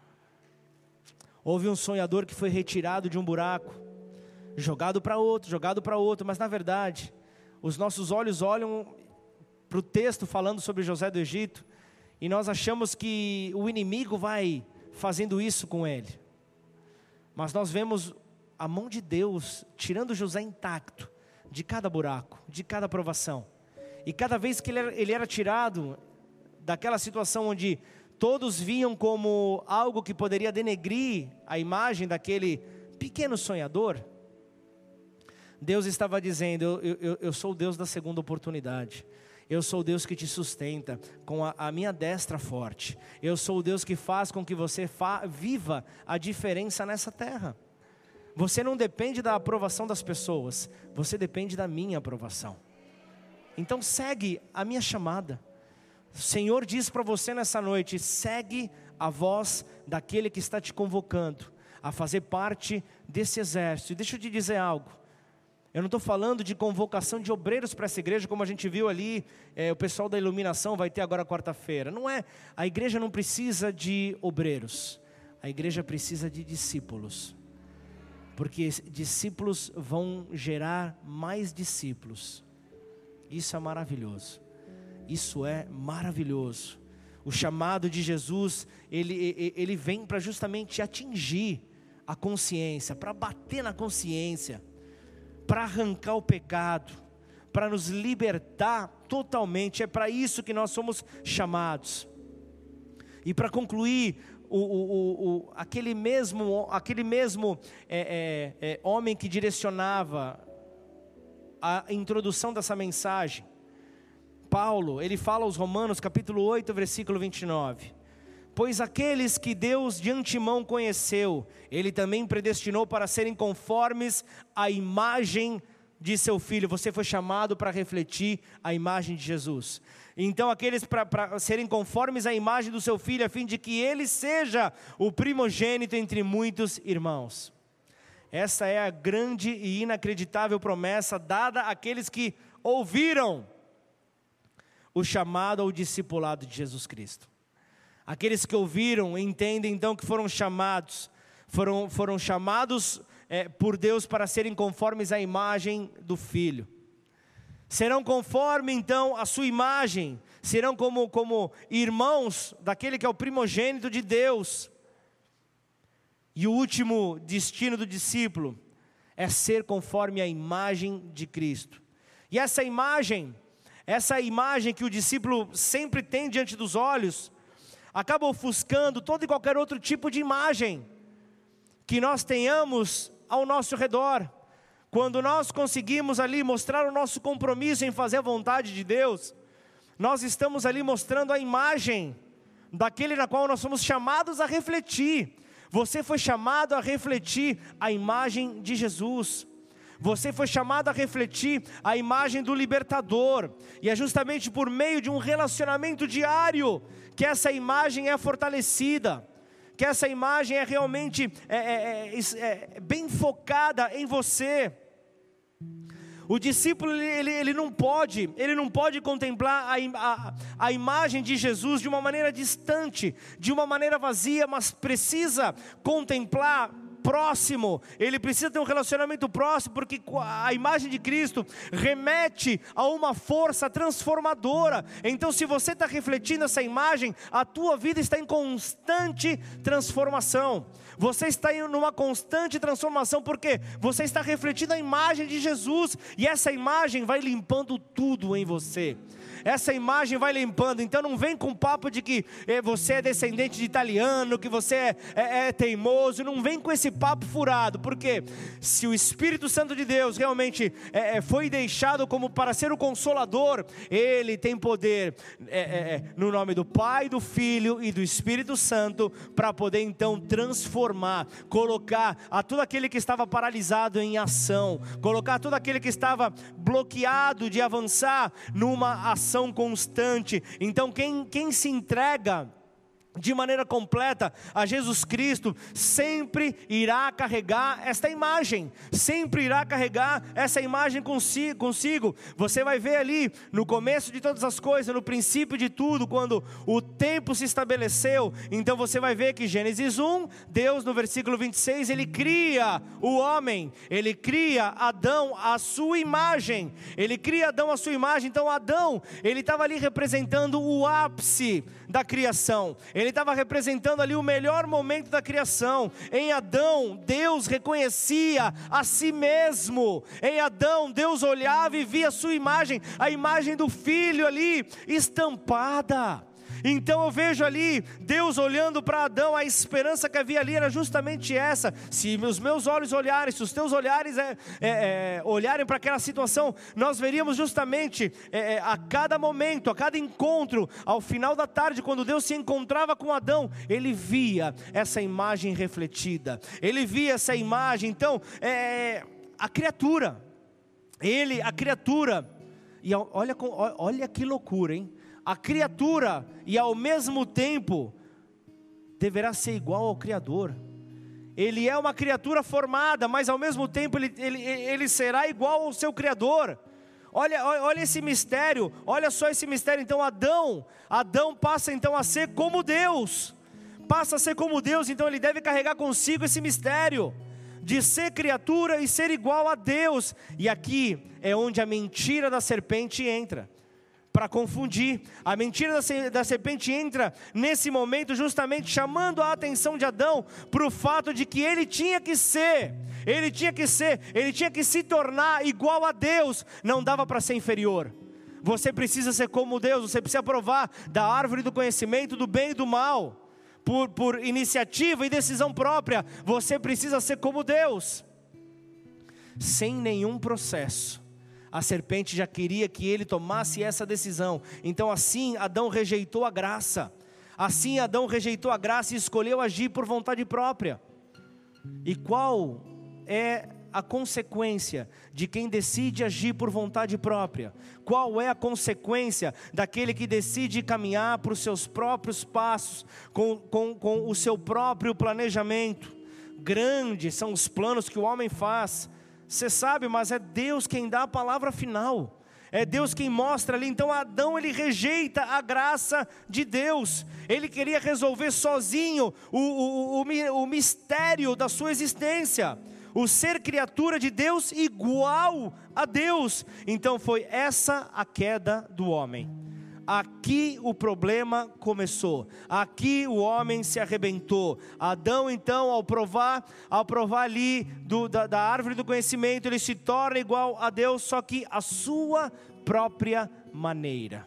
Houve um sonhador que foi retirado de um buraco, jogado para outro, jogado para outro, mas na verdade, os nossos olhos olham para o texto falando sobre José do Egito, e nós achamos que o inimigo vai fazendo isso com ele. Mas nós vemos a mão de Deus tirando José intacto de cada buraco, de cada provação. E cada vez que ele era, ele era tirado daquela situação onde todos viam como algo que poderia denegrir a imagem daquele pequeno sonhador, Deus estava dizendo, eu, eu, eu sou o Deus da segunda oportunidade. Eu sou o Deus que te sustenta com a, a minha destra forte. Eu sou o Deus que faz com que você fa, viva a diferença nessa terra. Você não depende da aprovação das pessoas, você depende da minha aprovação. Então segue a minha chamada. O Senhor diz para você nessa noite, segue a voz daquele que está te convocando a fazer parte desse exército. E deixa eu te dizer algo. Eu não estou falando de convocação de obreiros para essa igreja, como a gente viu ali, é, o pessoal da iluminação vai ter agora quarta-feira. Não é, a igreja não precisa de obreiros, a igreja precisa de discípulos. Porque discípulos vão gerar mais discípulos. Isso é maravilhoso. Isso é maravilhoso. O chamado de Jesus, ele, ele vem para justamente atingir a consciência, para bater na consciência, para arrancar o pecado, para nos libertar totalmente. É para isso que nós somos chamados. E para concluir, o, o, o, aquele mesmo, aquele mesmo é, é, é, homem que direcionava a introdução dessa mensagem, Paulo, ele fala aos Romanos capítulo oito, versículo vinte e nove. Pois aqueles que Deus de antemão conheceu, Ele também predestinou para serem conformes à imagem de seu Filho. Você foi chamado para refletir a imagem de Jesus. Então aqueles para, para serem conformes à imagem do seu Filho, a fim de que Ele seja o primogênito entre muitos irmãos. Essa é a grande e inacreditável promessa dada àqueles que ouviram o chamado ao discipulado de Jesus Cristo. Aqueles que ouviram entendem então que foram chamados, foram, foram chamados é, por Deus para serem conformes à imagem do Filho. Serão conforme então a sua imagem, serão como, como irmãos daquele que é o primogênito de Deus. E o último destino do discípulo é ser conforme a imagem de Cristo. E essa imagem, essa imagem que o discípulo sempre tem diante dos olhos, acaba ofuscando todo e qualquer outro tipo de imagem que nós tenhamos ao nosso redor. Quando nós conseguimos ali mostrar o nosso compromisso em fazer a vontade de Deus, nós estamos ali mostrando a imagem daquele na qual nós somos chamados a refletir. Você foi chamado a refletir a imagem de Jesus. Você foi chamado a refletir a imagem do libertador. E é justamente por meio de um relacionamento diário que essa imagem é fortalecida, que essa imagem é realmente é, é, é, é bem focada em você. O discípulo ele, ele não pode, ele não pode contemplar a, a, a imagem de Jesus de uma maneira distante, de uma maneira vazia, mas precisa contemplar próximo. Ele precisa ter um relacionamento próximo, porque a imagem de Cristo remete a uma força transformadora. Então, se você está refletindo essa imagem, a tua vida está em constante transformação. Você está em uma constante transformação, porque você está refletindo a imagem de Jesus, e essa imagem vai limpando tudo em você. Essa imagem vai limpando. Então não vem com papo de que eh, você é descendente de italiano, que você é, é, é teimoso. Não vem com esse papo furado, porque se o Espírito Santo de Deus realmente é, é, foi deixado como para ser o consolador, Ele tem poder é, é, no nome do Pai, do Filho e do Espírito Santo, para poder então transformar, colocar a todo aquele que estava paralisado em ação, colocar todo aquele que estava bloqueado de avançar numa ação constante. Então quem, quem se entrega de maneira completa a Jesus Cristo, sempre irá carregar esta imagem, sempre irá carregar essa imagem consigo, consigo. Você vai ver ali, no começo de todas as coisas, no princípio de tudo, quando o tempo se estabeleceu, então você vai ver que Gênesis um, Deus no versículo vinte e seis, Ele cria o homem, Ele cria Adão à sua imagem, Ele cria Adão à sua imagem. Então Adão, ele estava ali representando o ápice da criação, ele estava representando ali o melhor momento da criação. Em Adão, Deus reconhecia a si mesmo. Em Adão, Deus olhava e via a sua imagem, a imagem do Filho ali estampada. Então eu vejo ali, Deus olhando para Adão, a esperança que havia ali era justamente essa. Se os meus olhos olharem, se os teus olhares é, é, é, olharem para aquela situação, nós veríamos justamente é, é, a cada momento, a cada encontro, ao final da tarde, quando Deus se encontrava com Adão, Ele via essa imagem refletida, Ele via essa imagem. Então, é, a criatura, Ele, a criatura, e olha, olha que loucura, hein? A criatura, e ao mesmo tempo, deverá ser igual ao Criador. Ele é uma criatura formada, mas ao mesmo tempo ele, ele, ele será igual ao seu Criador. Olha, olha esse mistério, olha só esse mistério. Então Adão, Adão passa então a ser como Deus, passa a ser como Deus, então ele deve carregar consigo esse mistério de ser criatura e ser igual a Deus. E aqui é onde a mentira da serpente entra, para confundir. A mentira da serpente entra nesse momento justamente chamando a atenção de Adão para o fato de que ele tinha que ser, ele tinha que ser, ele tinha que se tornar igual a Deus, não dava para ser inferior. Você precisa ser como Deus, você precisa provar da árvore do conhecimento do bem e do mal, por, por iniciativa e decisão própria. Você precisa ser como Deus, sem nenhum processo. A serpente já queria que ele tomasse essa decisão. Então assim Adão rejeitou a graça. Assim Adão rejeitou a graça e escolheu agir por vontade própria. E qual é a consequência de quem decide agir por vontade própria? Qual é a consequência daquele que decide caminhar por seus próprios passos, com, com, com o seu próprio planejamento? Grandes são os planos que o homem faz. Você sabe, mas é Deus quem dá a palavra final, é Deus quem mostra ali. Então Adão, ele rejeita a graça de Deus, ele queria resolver sozinho o, o, o, o mistério da sua existência, o ser criatura de Deus igual a Deus. Então foi essa a queda do homem. Aqui o problema começou, aqui o homem se arrebentou. Adão então, ao provar, ao provar ali do, da, da árvore do conhecimento, ele se torna igual a Deus, só que a sua própria maneira,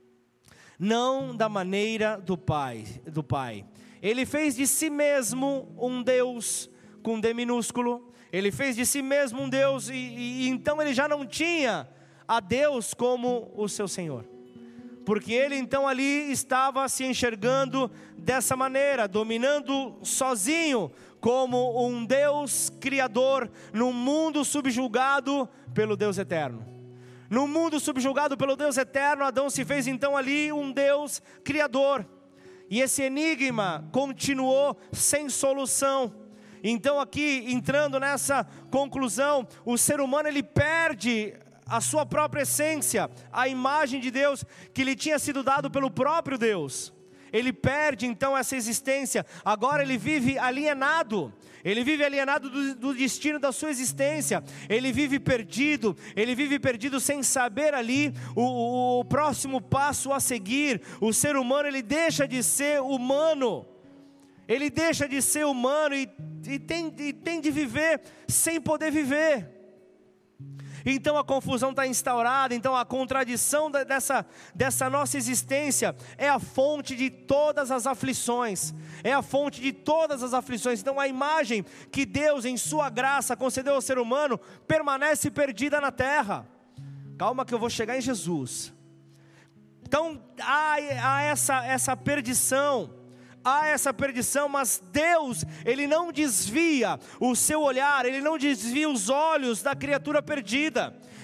não da maneira do pai, do pai. Ele fez de si mesmo um Deus com D minúsculo, ele fez de si mesmo um Deus, e, e então ele já não tinha a Deus como o seu Senhor. Porque ele então ali estava se enxergando dessa maneira, dominando sozinho, como um Deus criador, num mundo subjugado pelo Deus eterno. No mundo subjugado pelo Deus eterno, Adão se fez então ali um Deus criador. E esse enigma continuou sem solução. Então aqui, entrando nessa conclusão, o ser humano ele perde a sua própria essência, a imagem de Deus que lhe tinha sido dado pelo próprio Deus. Ele perde então essa existência. Agora ele vive alienado. Ele vive alienado do, do destino da sua existência. Ele vive perdido. Ele vive perdido sem saber ali o, o, o próximo passo a seguir. O ser humano, ele deixa de ser humano. Ele deixa de ser humano e, e, tem, e tem de viver sem poder viver. Então a confusão está instaurada. Então a contradição dessa, dessa nossa existência é a fonte de todas as aflições, é a fonte de todas as aflições. Então a imagem que Deus em sua graça concedeu ao ser humano permanece perdida na terra. Calma que eu vou chegar em Jesus. Então há, há essa, essa perdição, há essa perdição, mas Deus, Ele não desvia o seu olhar, Ele não desvia os olhos da criatura perdida.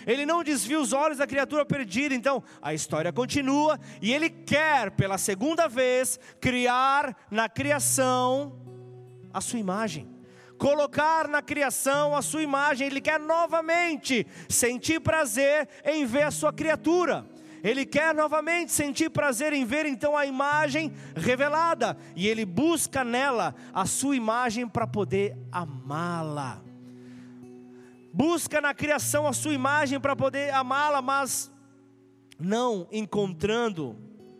Ele não desvia os olhos da criatura perdida. Então a história continua, e Ele quer pela segunda vez criar na criação a sua imagem, colocar na criação a sua imagem. Ele quer novamente sentir prazer em ver a sua criatura. Ele quer novamente sentir prazer em ver então a imagem revelada, e Ele busca nela a sua imagem para poder amá-la. Busca na criação a sua imagem para poder amá-la, mas não encontrando,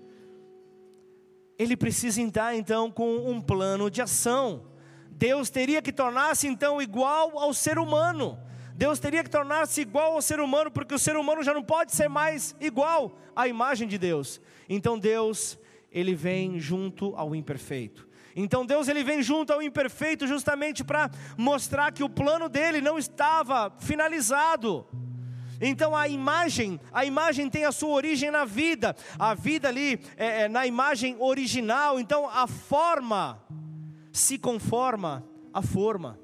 Ele precisa entrar então com um plano de ação. Deus teria que tornar-se então igual ao ser humano. Deus teria que tornar-se igual ao ser humano, porque o ser humano já não pode ser mais igual à imagem de Deus. Então Deus, Ele vem junto ao imperfeito. Então Deus, Ele vem junto ao imperfeito justamente para mostrar que o plano dele não estava finalizado. Então a imagem, a imagem tem a sua origem na vida. A vida ali é, é na imagem original. Então a forma se conforma à forma.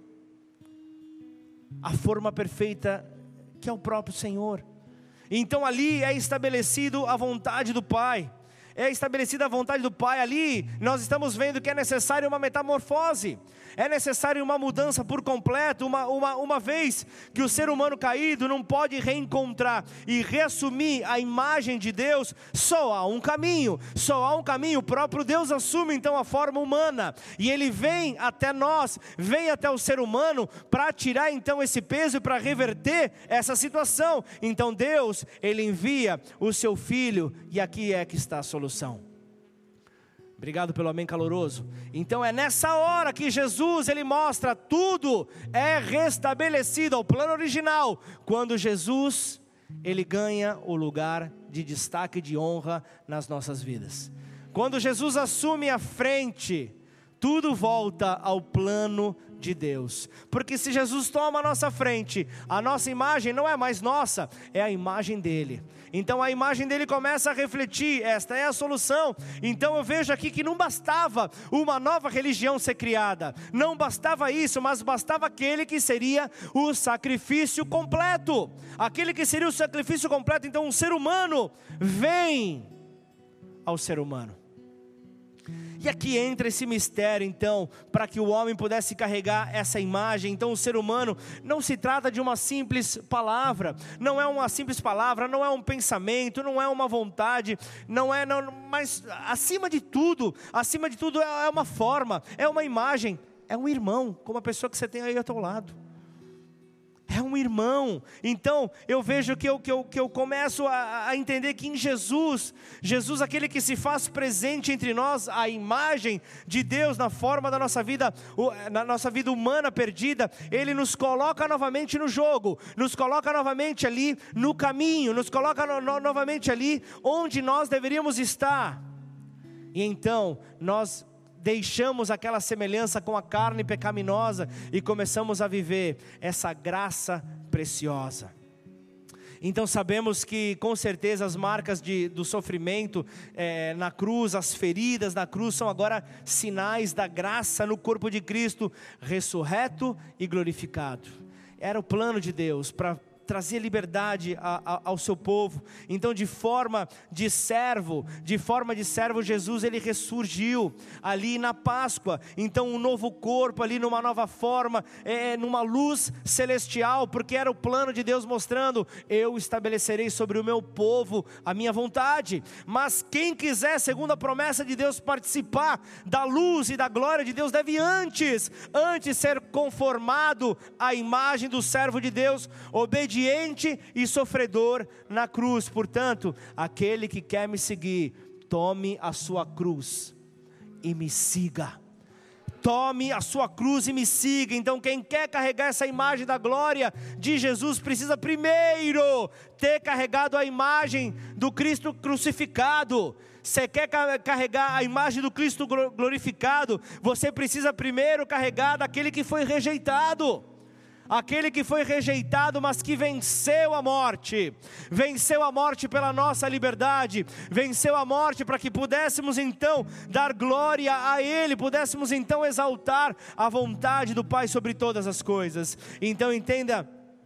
A forma perfeita que é o próprio Senhor. Então ali é estabelecido a vontade do Pai. É estabelecida a vontade do Pai. Ali nós estamos vendo que é necessário uma metamorfose. É necessário uma mudança por completo, uma, uma, uma vez que o ser humano caído não pode reencontrar e reassumir a imagem de Deus. Só há um caminho, só há um caminho. O próprio Deus assume então a forma humana, e Ele vem até nós, vem até o ser humano para tirar então esse peso e para reverter essa situação. Então Deus, Ele envia o seu Filho, e aqui é que está a solução. Obrigado pelo amém caloroso. Então é nessa hora que Jesus, Ele mostra tudo é restabelecido ao plano original, quando Jesus, Ele ganha o lugar de destaque e de honra nas nossas vidas. Quando Jesus assume a frente, tudo volta ao plano de Deus. Porque se Jesus toma a nossa frente, a nossa imagem não é mais nossa, é a imagem dele. Então a imagem dele começa a refletir, esta é a solução. Então eu vejo aqui que não bastava uma nova religião ser criada, não bastava isso, mas bastava aquele que seria o sacrifício completo, aquele que seria o sacrifício completo. Então um ser humano vem ao ser humano. E aqui entra esse mistério então, para que o homem pudesse carregar essa imagem. Então o ser humano não se trata de uma simples palavra, não é uma simples palavra, não é um pensamento, não é uma vontade, não é, não, mas acima de tudo, acima de tudo é uma forma, é uma imagem, é um irmão, como a pessoa que você tem aí ao teu lado. É um irmão. Então eu vejo que eu, que eu, que eu começo a, a entender que em Jesus, Jesus aquele que se faz presente entre nós, a imagem de Deus na forma da nossa vida, na nossa vida humana perdida, Ele nos coloca novamente no jogo, nos coloca novamente ali no caminho, nos coloca no, no, novamente ali onde nós deveríamos estar. E então nós deixamos aquela semelhança com a carne pecaminosa e começamos a viver essa graça preciosa. Então sabemos que com certeza as marcas de, do sofrimento é, na cruz, as feridas na cruz são agora sinais da graça no corpo de Cristo ressurreto e glorificado. Era o plano de Deus para trazer liberdade a, a, ao seu povo. Então de forma de servo, de forma de servo Jesus, Ele ressurgiu ali na Páscoa. Então um novo corpo ali numa nova forma, é, numa luz celestial, porque era o plano de Deus mostrando, eu estabelecerei sobre o meu povo a minha vontade. Mas quem quiser, segundo a promessa de Deus, participar da luz e da glória de Deus, deve antes, antes ser conformado à imagem do servo de Deus, obediente e sofredor na cruz. Portanto, aquele que quer me seguir, tome a sua cruz e me siga. Tome a sua cruz e me siga. Então quem quer carregar essa imagem da glória de Jesus, precisa primeiro ter carregado a imagem do Cristo crucificado. Você quer carregar a imagem do Cristo glorificado, você precisa primeiro carregar daquele que foi rejeitado. Aquele que foi rejeitado, mas que venceu a morte, venceu a morte pela nossa liberdade, venceu a morte para que pudéssemos então dar glória a Ele, pudéssemos então exaltar a vontade do Pai sobre todas as coisas. Então entenda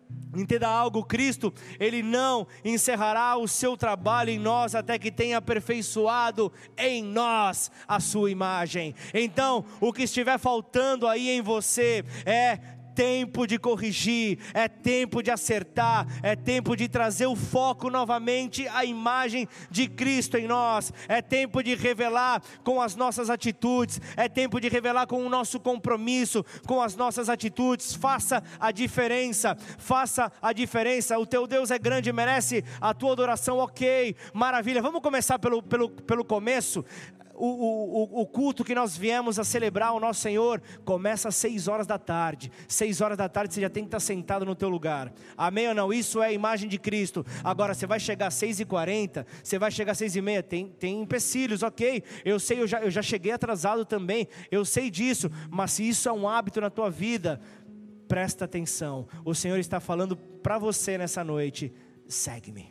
Entenda algo, Cristo, Ele não encerrará o seu trabalho em nós até que tenha aperfeiçoado em nós a sua imagem. Então, o que estiver faltando aí em você é tempo de corrigir, é tempo de acertar, é tempo de trazer o foco novamente à imagem de Cristo em nós, é tempo de revelar com as nossas atitudes, é tempo de revelar com o nosso compromisso, com as nossas atitudes. Faça a diferença, faça a diferença. O teu Deus é grande e merece a tua adoração, ok, maravilha. Vamos começar pelo, pelo, pelo começo. O, o, o culto que nós viemos a celebrar o nosso Senhor começa às seis horas da tarde. Seis horas da tarde você já tem que estar sentado no teu lugar. Amém ou não? Isso é a imagem de Cristo. Agora você vai chegar às seis e quarenta, você vai chegar às seis e meia, tem, tem empecilhos, ok? Eu sei, eu já, eu já cheguei atrasado também, eu sei disso. Mas se isso é um hábito na tua vida, presta atenção. O Senhor está falando para você nessa noite: segue-me,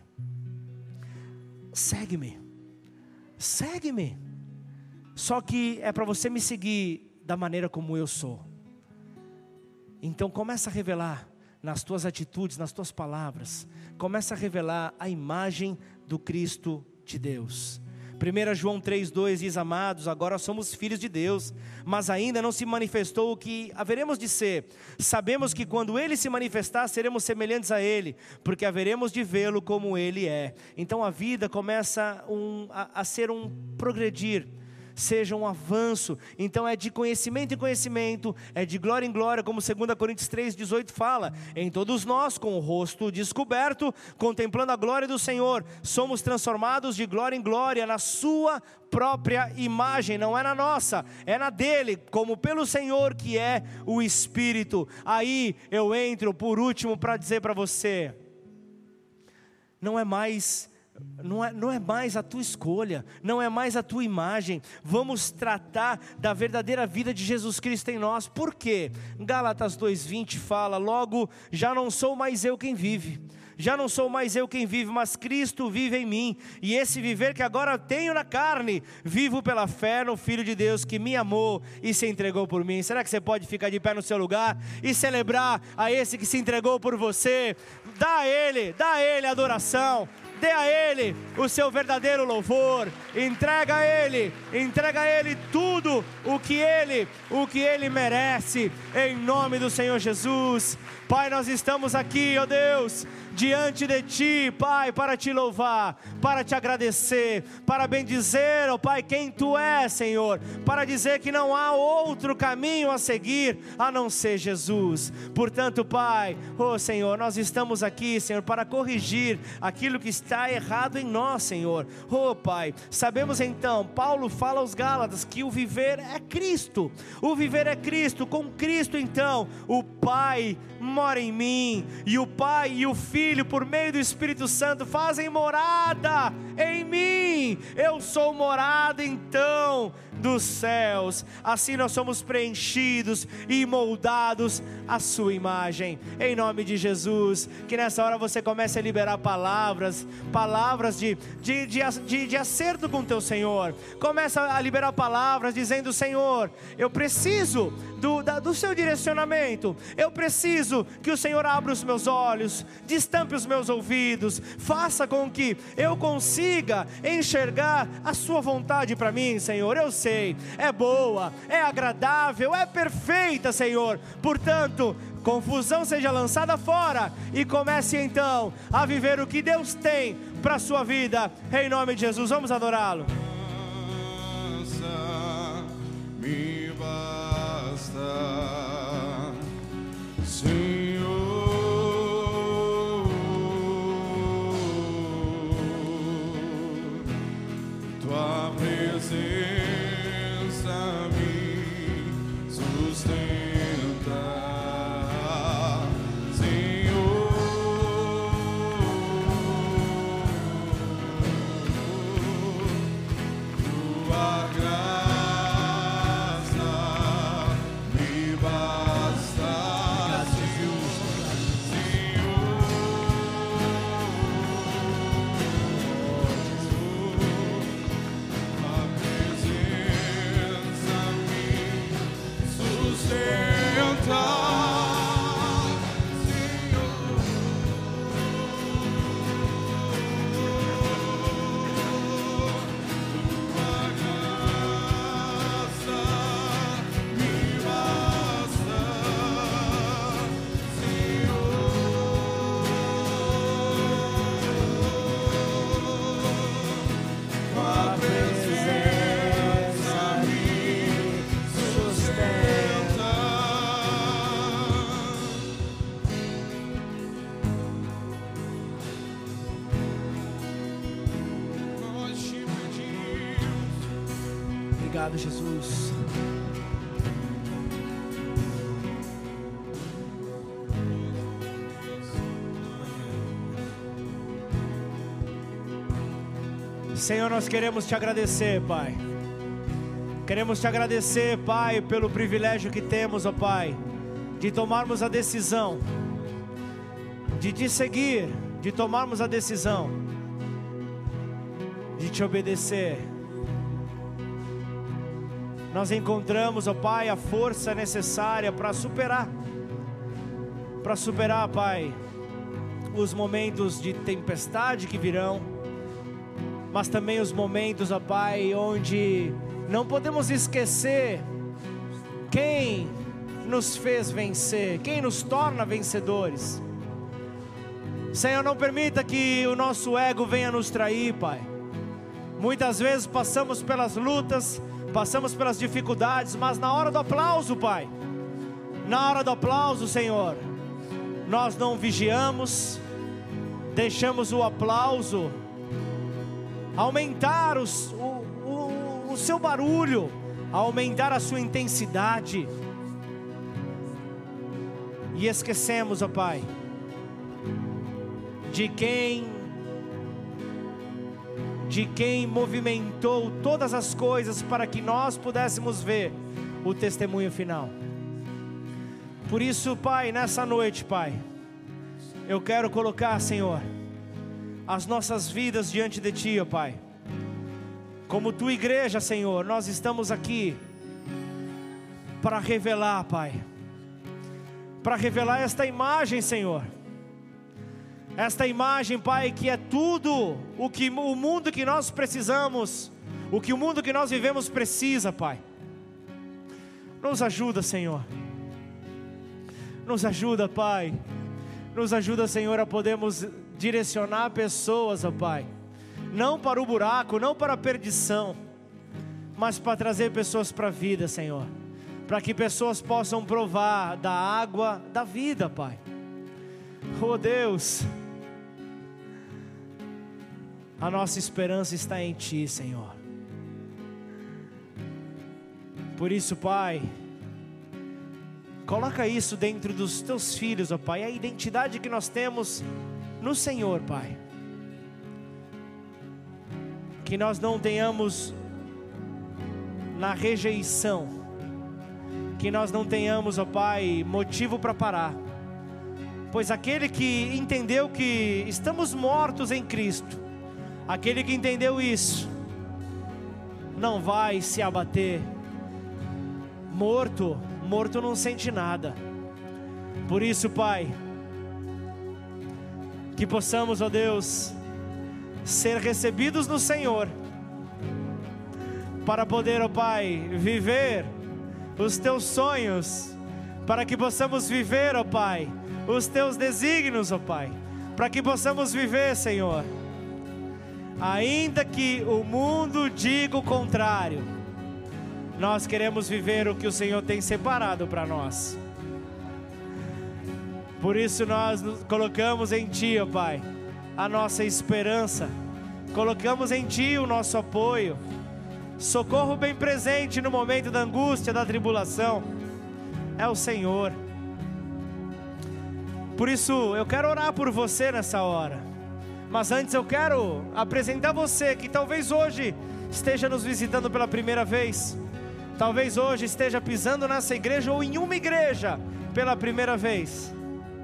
segue-me, segue-me. Só que é para você me seguir da maneira como eu sou. Então começa a revelar nas tuas atitudes, nas tuas palavras, começa a revelar a imagem do Cristo de Deus. primeiro João três, dois diz: amados, agora somos filhos de Deus, mas ainda não se manifestou o que haveremos de ser. Sabemos que quando Ele se manifestar, seremos semelhantes a Ele, porque haveremos de vê-lo como Ele é. Então a vida começa um, a, a ser um progredir, seja um avanço. Então é de conhecimento em conhecimento, é de glória em glória, como dois Coríntios três, dezoito fala: em todos nós, com o rosto descoberto, contemplando a glória do Senhor, somos transformados de glória em glória, na sua própria imagem. Não é na nossa, é na dele, como pelo Senhor que é o Espírito. Aí eu entro por último para dizer para você: não é mais Não é, não é mais a tua escolha, não é mais a tua imagem. Vamos tratar da verdadeira vida de Jesus Cristo em nós. Por quê? Gálatas dois, vinte fala: logo, já não sou mais eu quem vive, já não sou mais eu quem vive, mas Cristo vive em mim. E esse viver que agora tenho na carne, vivo pela fé no Filho de Deus que me amou e se entregou por mim. Será que você pode ficar de pé no seu lugar e celebrar a esse que se entregou por você? Dá a Ele, dá a Ele adoração. Dê a Ele o seu verdadeiro louvor. Entrega a Ele, entrega a Ele tudo o que Ele, o que Ele merece, em nome do Senhor Jesus. Pai, nós estamos aqui, ó Deus, diante de Ti, Pai, para Te louvar, para Te agradecer, para bendizer, ó Pai, quem Tu és, Senhor, para dizer que não há outro caminho a seguir a não ser Jesus. Portanto, Pai, ó Senhor, nós estamos aqui, Senhor, para corrigir aquilo que está errado em nós, Senhor. Ó Pai, sabemos então, Paulo fala aos Gálatas que o viver é Cristo, o viver é Cristo. Com Cristo então, o Pai mora em mim, e o Pai e o Filho, por meio do Espírito Santo, fazem morada em mim. Eu sou morada então dos céus. Assim nós somos preenchidos e moldados à sua imagem, em nome de Jesus. Que nessa hora você comece a liberar palavras, palavras de, de, de, de, de acerto com o teu Senhor. Começa a liberar palavras dizendo: Senhor, eu preciso do, da, do seu direcionamento, eu preciso que o Senhor abra os meus olhos, destampe os meus ouvidos, faça com que eu consiga enxergar a sua vontade para mim, Senhor. Eu sei, é boa, é agradável, é perfeita, Senhor. Portanto, confusão seja lançada fora e comece então a viver o que Deus tem para a sua vida, em nome de Jesus. Vamos adorá-lo. Me basta, Senhor, Tua presença me sustenta, Senhor. Obrigado, Jesus. Senhor, nós queremos te agradecer, Pai. Queremos te agradecer, Pai, pelo privilégio que temos, ó Pai, de tomarmos a decisão, de te seguir, de tomarmos a decisão, de te obedecer. Nós encontramos, ó Pai, a força necessária para superar, para superar, Pai, os momentos de tempestade que virão, mas também os momentos, ó Pai, onde não podemos esquecer quem nos fez vencer, quem nos torna vencedores. Senhor, não permita que o nosso ego venha nos trair, Pai. Muitas vezes passamos pelas lutas, passamos pelas dificuldades, mas na hora do aplauso, Pai, na hora do aplauso, Senhor, nós não vigiamos, deixamos o aplauso aumentar os, o, o, o seu barulho, aumentar a sua intensidade, e esquecemos, ó Pai, de quem, de quem movimentou todas as coisas para que nós pudéssemos ver o testemunho final. Por isso, Pai, nessa noite, Pai, eu quero colocar, Senhor, as nossas vidas diante de Ti, ó Pai. Como Tua igreja, Senhor, nós estamos aqui para revelar, Pai, para revelar esta imagem, Senhor. Esta imagem, Pai, que é tudo o que o mundo que nós precisamos, o que o mundo que nós vivemos precisa, Pai. Nos ajuda, Senhor. Nos ajuda, Pai. Nos ajuda, Senhor, a podermos direcionar pessoas, ó Pai, não para o buraco, não para a perdição, mas para trazer pessoas para a vida, Senhor, para que pessoas possam provar da água da vida, Pai. Oh Deus, a nossa esperança está em Ti, Senhor. Por isso, Pai, coloca isso dentro dos Teus filhos, ó Pai, a identidade que nós temos no Senhor, Pai. Que nós não tenhamos na rejeição, que nós não tenhamos, ó Pai, motivo para parar, pois aquele que entendeu que estamos mortos em Cristo, aquele que entendeu isso, não vai se abater. Morto, morto não sente nada. Por isso, Pai, que possamos, ó Deus, ser recebidos no Senhor, para poder, ó Pai, viver os Teus sonhos, para que possamos viver, ó Pai, os Teus desígnios, ó Pai, para que possamos viver, Senhor, ainda que o mundo diga o contrário, nós queremos viver o que o Senhor tem separado para nós. Por isso nós nos colocamos em Ti, ó Pai, a nossa esperança, colocamos em Ti o nosso apoio, socorro bem presente no momento da angústia, da tribulação, é o Senhor. Por isso eu quero orar por você nessa hora, mas antes eu quero apresentar você que talvez hoje esteja nos visitando pela primeira vez, talvez hoje esteja pisando nessa igreja ou em uma igreja pela primeira vez,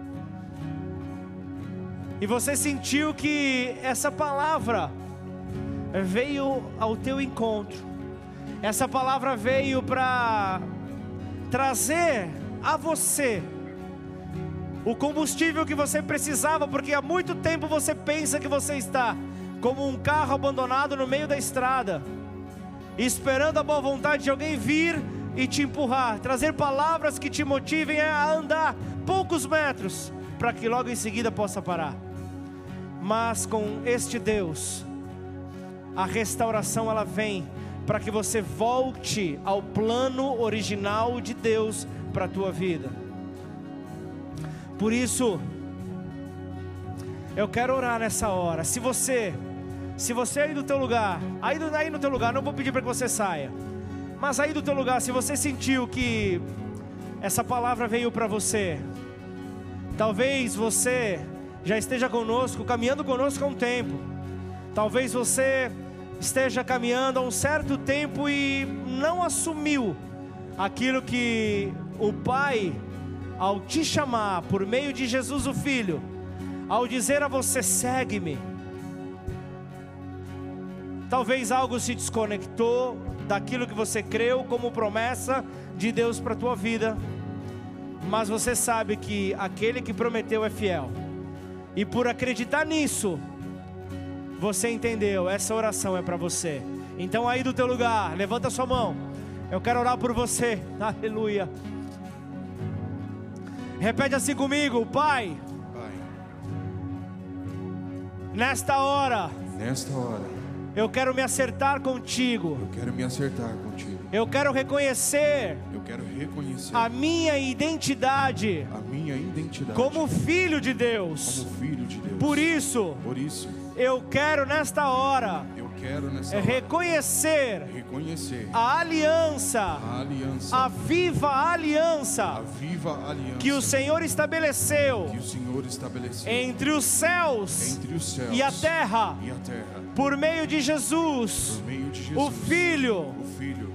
e você sentiu que essa palavra veio ao teu encontro, essa palavra veio para trazer a você o combustível que você precisava, porque há muito tempo você pensa que você está como um carro abandonado no meio da estrada, esperando a boa vontade de alguém vir e te empurrar, trazer palavras que te motivem a andar poucos metros, para que logo em seguida possa parar. Mas com este Deus, a restauração ela vem para que você volte ao plano original de Deus para a tua vida. Por isso, eu quero orar nessa hora. Se você, se você aí do teu lugar, aí, do, aí no teu lugar, não vou pedir para que você saia, Mas aí do teu lugar, se você sentiu que essa palavra veio para você, talvez você já esteja conosco, caminhando conosco há um tempo. Talvez você esteja caminhando há um certo tempo e não assumiu aquilo que o Pai, ao te chamar por meio de Jesus o Filho, ao dizer a você: segue-me. Talvez algo se desconectou daquilo que você creu como promessa de Deus para a tua vida. Mas você sabe que aquele que prometeu é fiel. E por acreditar nisso, você entendeu, essa oração é para você. Então aí do teu lugar, levanta a sua mão. Eu quero orar por você. Aleluia. Repete assim comigo: Pai, Pai, nesta hora, nesta hora, eu quero me acertar contigo. eu quero me acertar contigo. Eu quero reconhecer Eu quero reconhecer a minha identidade a minha identidade como filho de Deus. como filho de Deus. Por isso, Por isso, eu quero nesta hora eu quero nessa hora reconhecer reconhecer a aliança, a aliança, a viva a aliança viva aliança que o Senhor estabeleceu que o Senhor estabeleceu entre os céus entre os céus e a terra, e a terra, por meio de Jesus, por meio de Jesus, o Filho o Filho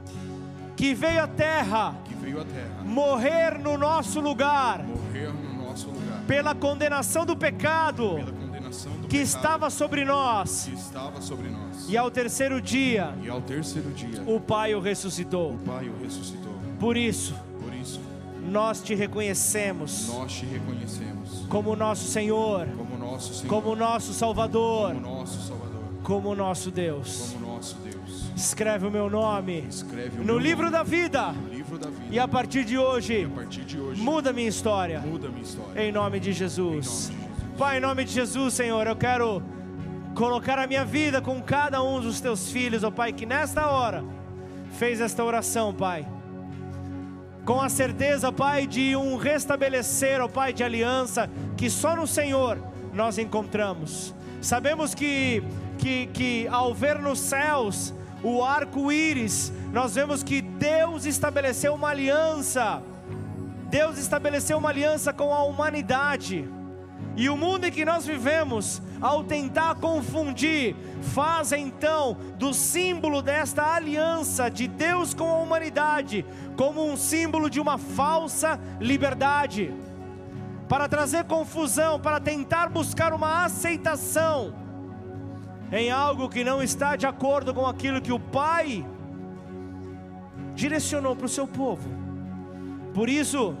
que veio à terra que veio à terra, morrer no nosso lugar, morrer no nosso lugar, pela condenação do pecado pela condenação do que pecado estava sobre nós, que estava sobre nós. e ao terceiro dia E ao terceiro dia, o Pai o ressuscitou. o Pai o ressuscitou. Por isso, Por isso, nós te reconhecemos nós te reconhecemos como nosso Senhor, como nosso Senhor, como nosso Salvador, como nosso Salvador, como nosso Deus. como nosso Deus. Escreve o meu nome Escreve o no meu livro nome da vida, no livro da vida. e a partir de hoje, a partir de hoje, muda minha história, muda a minha história. em nome de Em Jesus. nome de Jesus. Pai, em nome de Jesus, Senhor, eu quero colocar a minha vida com cada um dos teus filhos, ó Pai, que nesta hora fez esta oração, Pai, com a certeza, Pai, de um restabelecer, ó Pai, de aliança que só no Senhor nós encontramos. Sabemos que, que, que ao ver nos céus o arco-íris, nós vemos que Deus estabeleceu uma aliança. Deus estabeleceu uma aliança com a humanidade. E o mundo em que nós vivemos, ao tentar confundir, faz então do símbolo desta aliança de Deus com a humanidade como um símbolo de uma falsa liberdade, para trazer confusão, para tentar buscar uma aceitação em algo que não está de acordo com aquilo que o Pai direcionou para o seu povo. Por isso,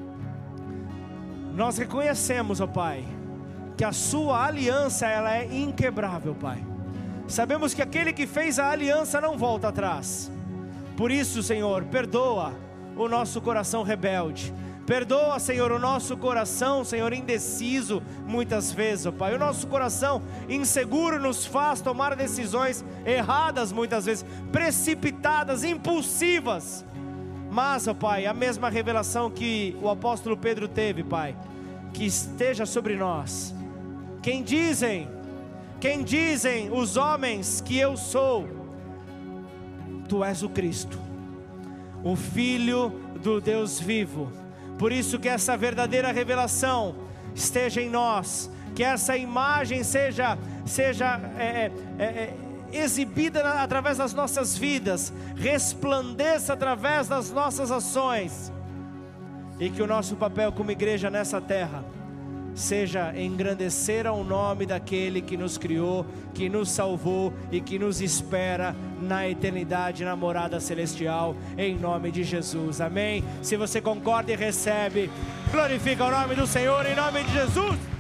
nós reconhecemos, ó Pai, que a sua aliança ela é inquebrável, Pai. Sabemos que aquele que fez a aliança não volta atrás. Por isso, Senhor, perdoa o nosso coração rebelde. Perdoa, Senhor, o nosso coração, Senhor, indeciso muitas vezes, ó Pai. O nosso coração inseguro nos faz tomar decisões erradas muitas vezes, precipitadas, impulsivas. Mas, ó Pai, a mesma revelação que o apóstolo Pedro teve, Pai, que esteja sobre nós. Quem dizem, quem dizem os homens que eu sou? Tu és o Cristo, o Filho do Deus vivo. Por isso que essa verdadeira revelação esteja em nós, que essa imagem seja, seja é, é, é, exibida na, através das nossas vidas, resplandeça através das nossas ações, e que o nosso papel como igreja nessa terra seja engrandecer ao nome daquele que nos criou, que nos salvou e que nos espera na eternidade, na morada celestial, em nome de Jesus, amém? Se você concorda e recebe, glorifica o nome do Senhor, em nome de Jesus.